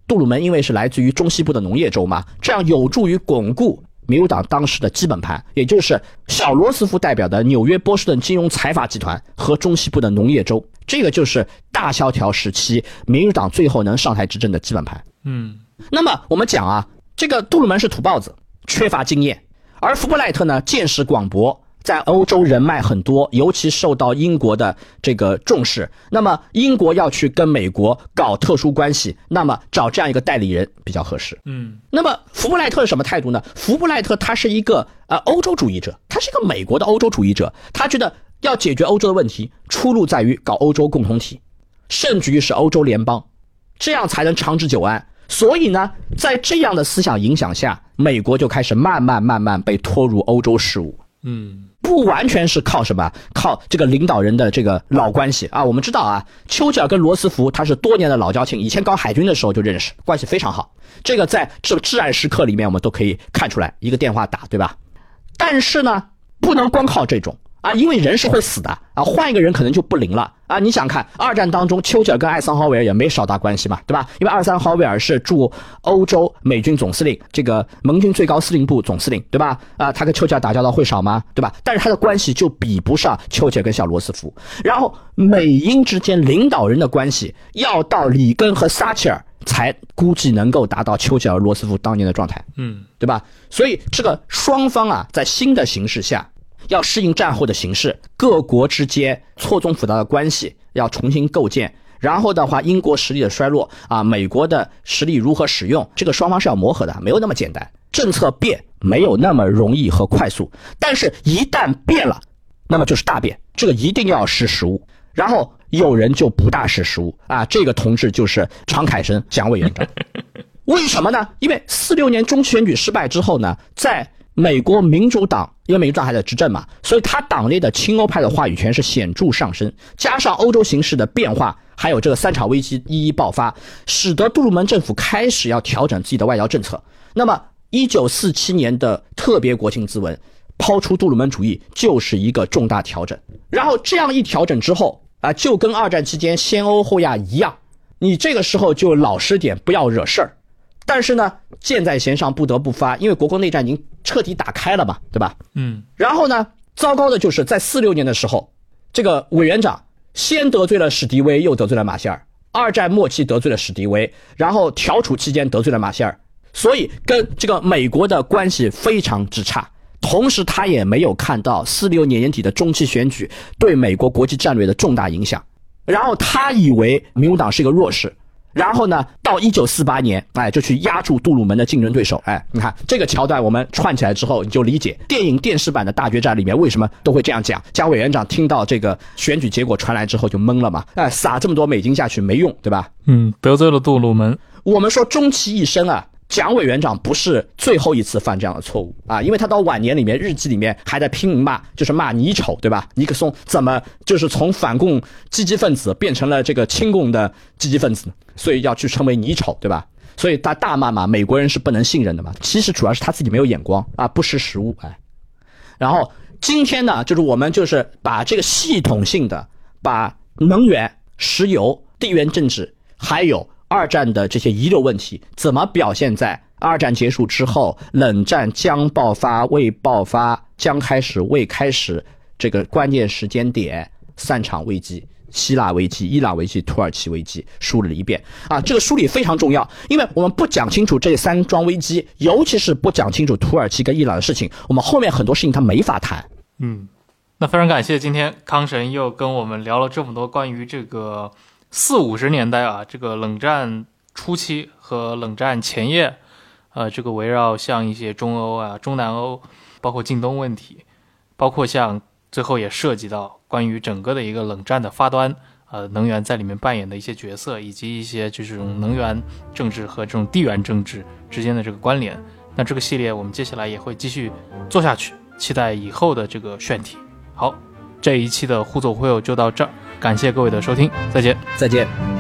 杜鲁门因为是来自于中西部的农业州嘛，这样有助于巩固民主党当时的基本盘，也就是小罗斯福代表的纽约波士顿金融财阀集团和中西部的农业州，这个就是大萧条时期民主党最后能上台执政的基本盘。那么我们讲啊，这个杜鲁门是土包子，缺乏经验，而福布赖特呢见识广博，在欧洲人脉很多，尤其受到英国的这个重视。那么英国要去跟美国搞特殊关系，那么找这样一个代理人比较合适。那么福布赖特是什么态度呢？福布赖特他是一个欧洲主义者，他是一个美国的欧洲主义者，他觉得要解决欧洲的问题，出路在于搞欧洲共同体，甚至于是欧洲联邦，这样才能长治久安。所以呢，在这样的思想影响下，美国就开始慢慢被拖入欧洲事务。不完全是靠什么，靠这个领导人的这个老关系啊。我们知道啊，丘吉尔跟罗斯福他是多年的老交情，以前搞海军的时候就认识，关系非常好。这个在这个至暗时刻里面我们都可以看出来，一个电话打，对吧？但是呢，不能光靠这种啊，因为人是会死的啊，换一个人可能就不灵了啊。你想看二战当中，丘吉尔跟艾森豪威尔也没少大关系嘛，对吧？因为艾森豪威尔是驻欧洲美军总司令，这个盟军最高司令部总司令，对吧？啊，他跟丘吉尔打交道会少吗？对吧？但是他的关系就比不上丘吉尔跟小罗斯福。然后美英之间领导人的关系要到里根和撒切尔才估计能够达到丘吉尔、罗斯福当年的状态，对吧？所以这个双方啊，在新的形势下，要适应战后的形势，各国之间错综复杂的关系要重新构建。然后的话，英国实力的衰落啊，美国的实力如何使用，这个双方是要磨合的，没有那么简单。政策变没有那么容易和快速，但是一旦变了，那么就是大变，这个一定要识时务。然后有人就不大识时务啊，这个同志就是常凯申蒋委员长。为什么呢？因为46年中期选举失败之后呢，在美国民主党，因为民主党还在执政嘛，所以他党内的亲欧派的话语权是显著上升，加上欧洲形势的变化，还有这个3场危机一一爆发，使得杜鲁门政府开始要调整自己的外交政策。那么1947年的特别国情咨文抛出杜鲁门主义就是一个重大调整。然后这样一调整之后啊，就跟二战期间先欧后亚一样，你这个时候就老实点，不要惹事儿。但是呢，箭在弦上不得不发，因为国共内战已经彻底打开了嘛，对吧？然后呢，糟糕的就是在46年的时候，这个委员长先得罪了史迪威，又得罪了马歇尔。二战末期得罪了史迪威，然后调处期间得罪了马歇尔，所以跟这个美国的关系非常之差。同时他也没有看到46年年底的中期选举对美国国际战略的重大影响，然后他以为民主党是一个弱势，然后呢，到1948年，就去压住杜鲁门的竞争对手。你看这个桥段，我们串起来之后，你就理解电影电视版的大决战里面为什么都会这样讲。蒋委员长听到这个选举结果传来之后就懵了嘛，撒这么多美金下去没用，对吧？ 得罪了杜鲁门。 我们说终其一生啊，蒋委员长不是最后一次犯这样的错误啊，因为他到晚年里面日记里面还在拼命骂，就是骂尼丑，对吧？尼克松怎么就是从反共积极分子变成了这个亲共的积极分子，所以要去称为尼丑，对吧？所以他大骂嘛，美国人是不能信任的嘛。其实主要是他自己没有眼光啊，不识时务。然后今天呢，就是我们就是把这个系统性的把能源、石油、地缘政治还有二战的这些遗留问题怎么表现在二战结束之后，冷战将爆发未爆发，将开始未开始这个关键时间点，3场危机，希腊危机、伊朗危机、土耳其危机梳理了一遍啊。这个梳理非常重要，因为我们不讲清楚这3桩危机，尤其是不讲清楚土耳其跟伊朗的事情，我们后面很多事情他没法谈。 那非常感谢今天康神又跟我们聊了这么多关于这个40-50年代啊，这个冷战初期和冷战前夜，这个围绕像一些中欧啊、中南欧，包括近东问题，包括像最后也涉及到关于整个的一个冷战的发端，能源在里面扮演的一些角色，以及一些就是这种能源政治和这种地缘政治之间的这个关联。那这个系列我们接下来也会继续做下去，期待以后的这个选题。好，这一期的互左互右就到这儿，感谢各位的收听，再见。 再见。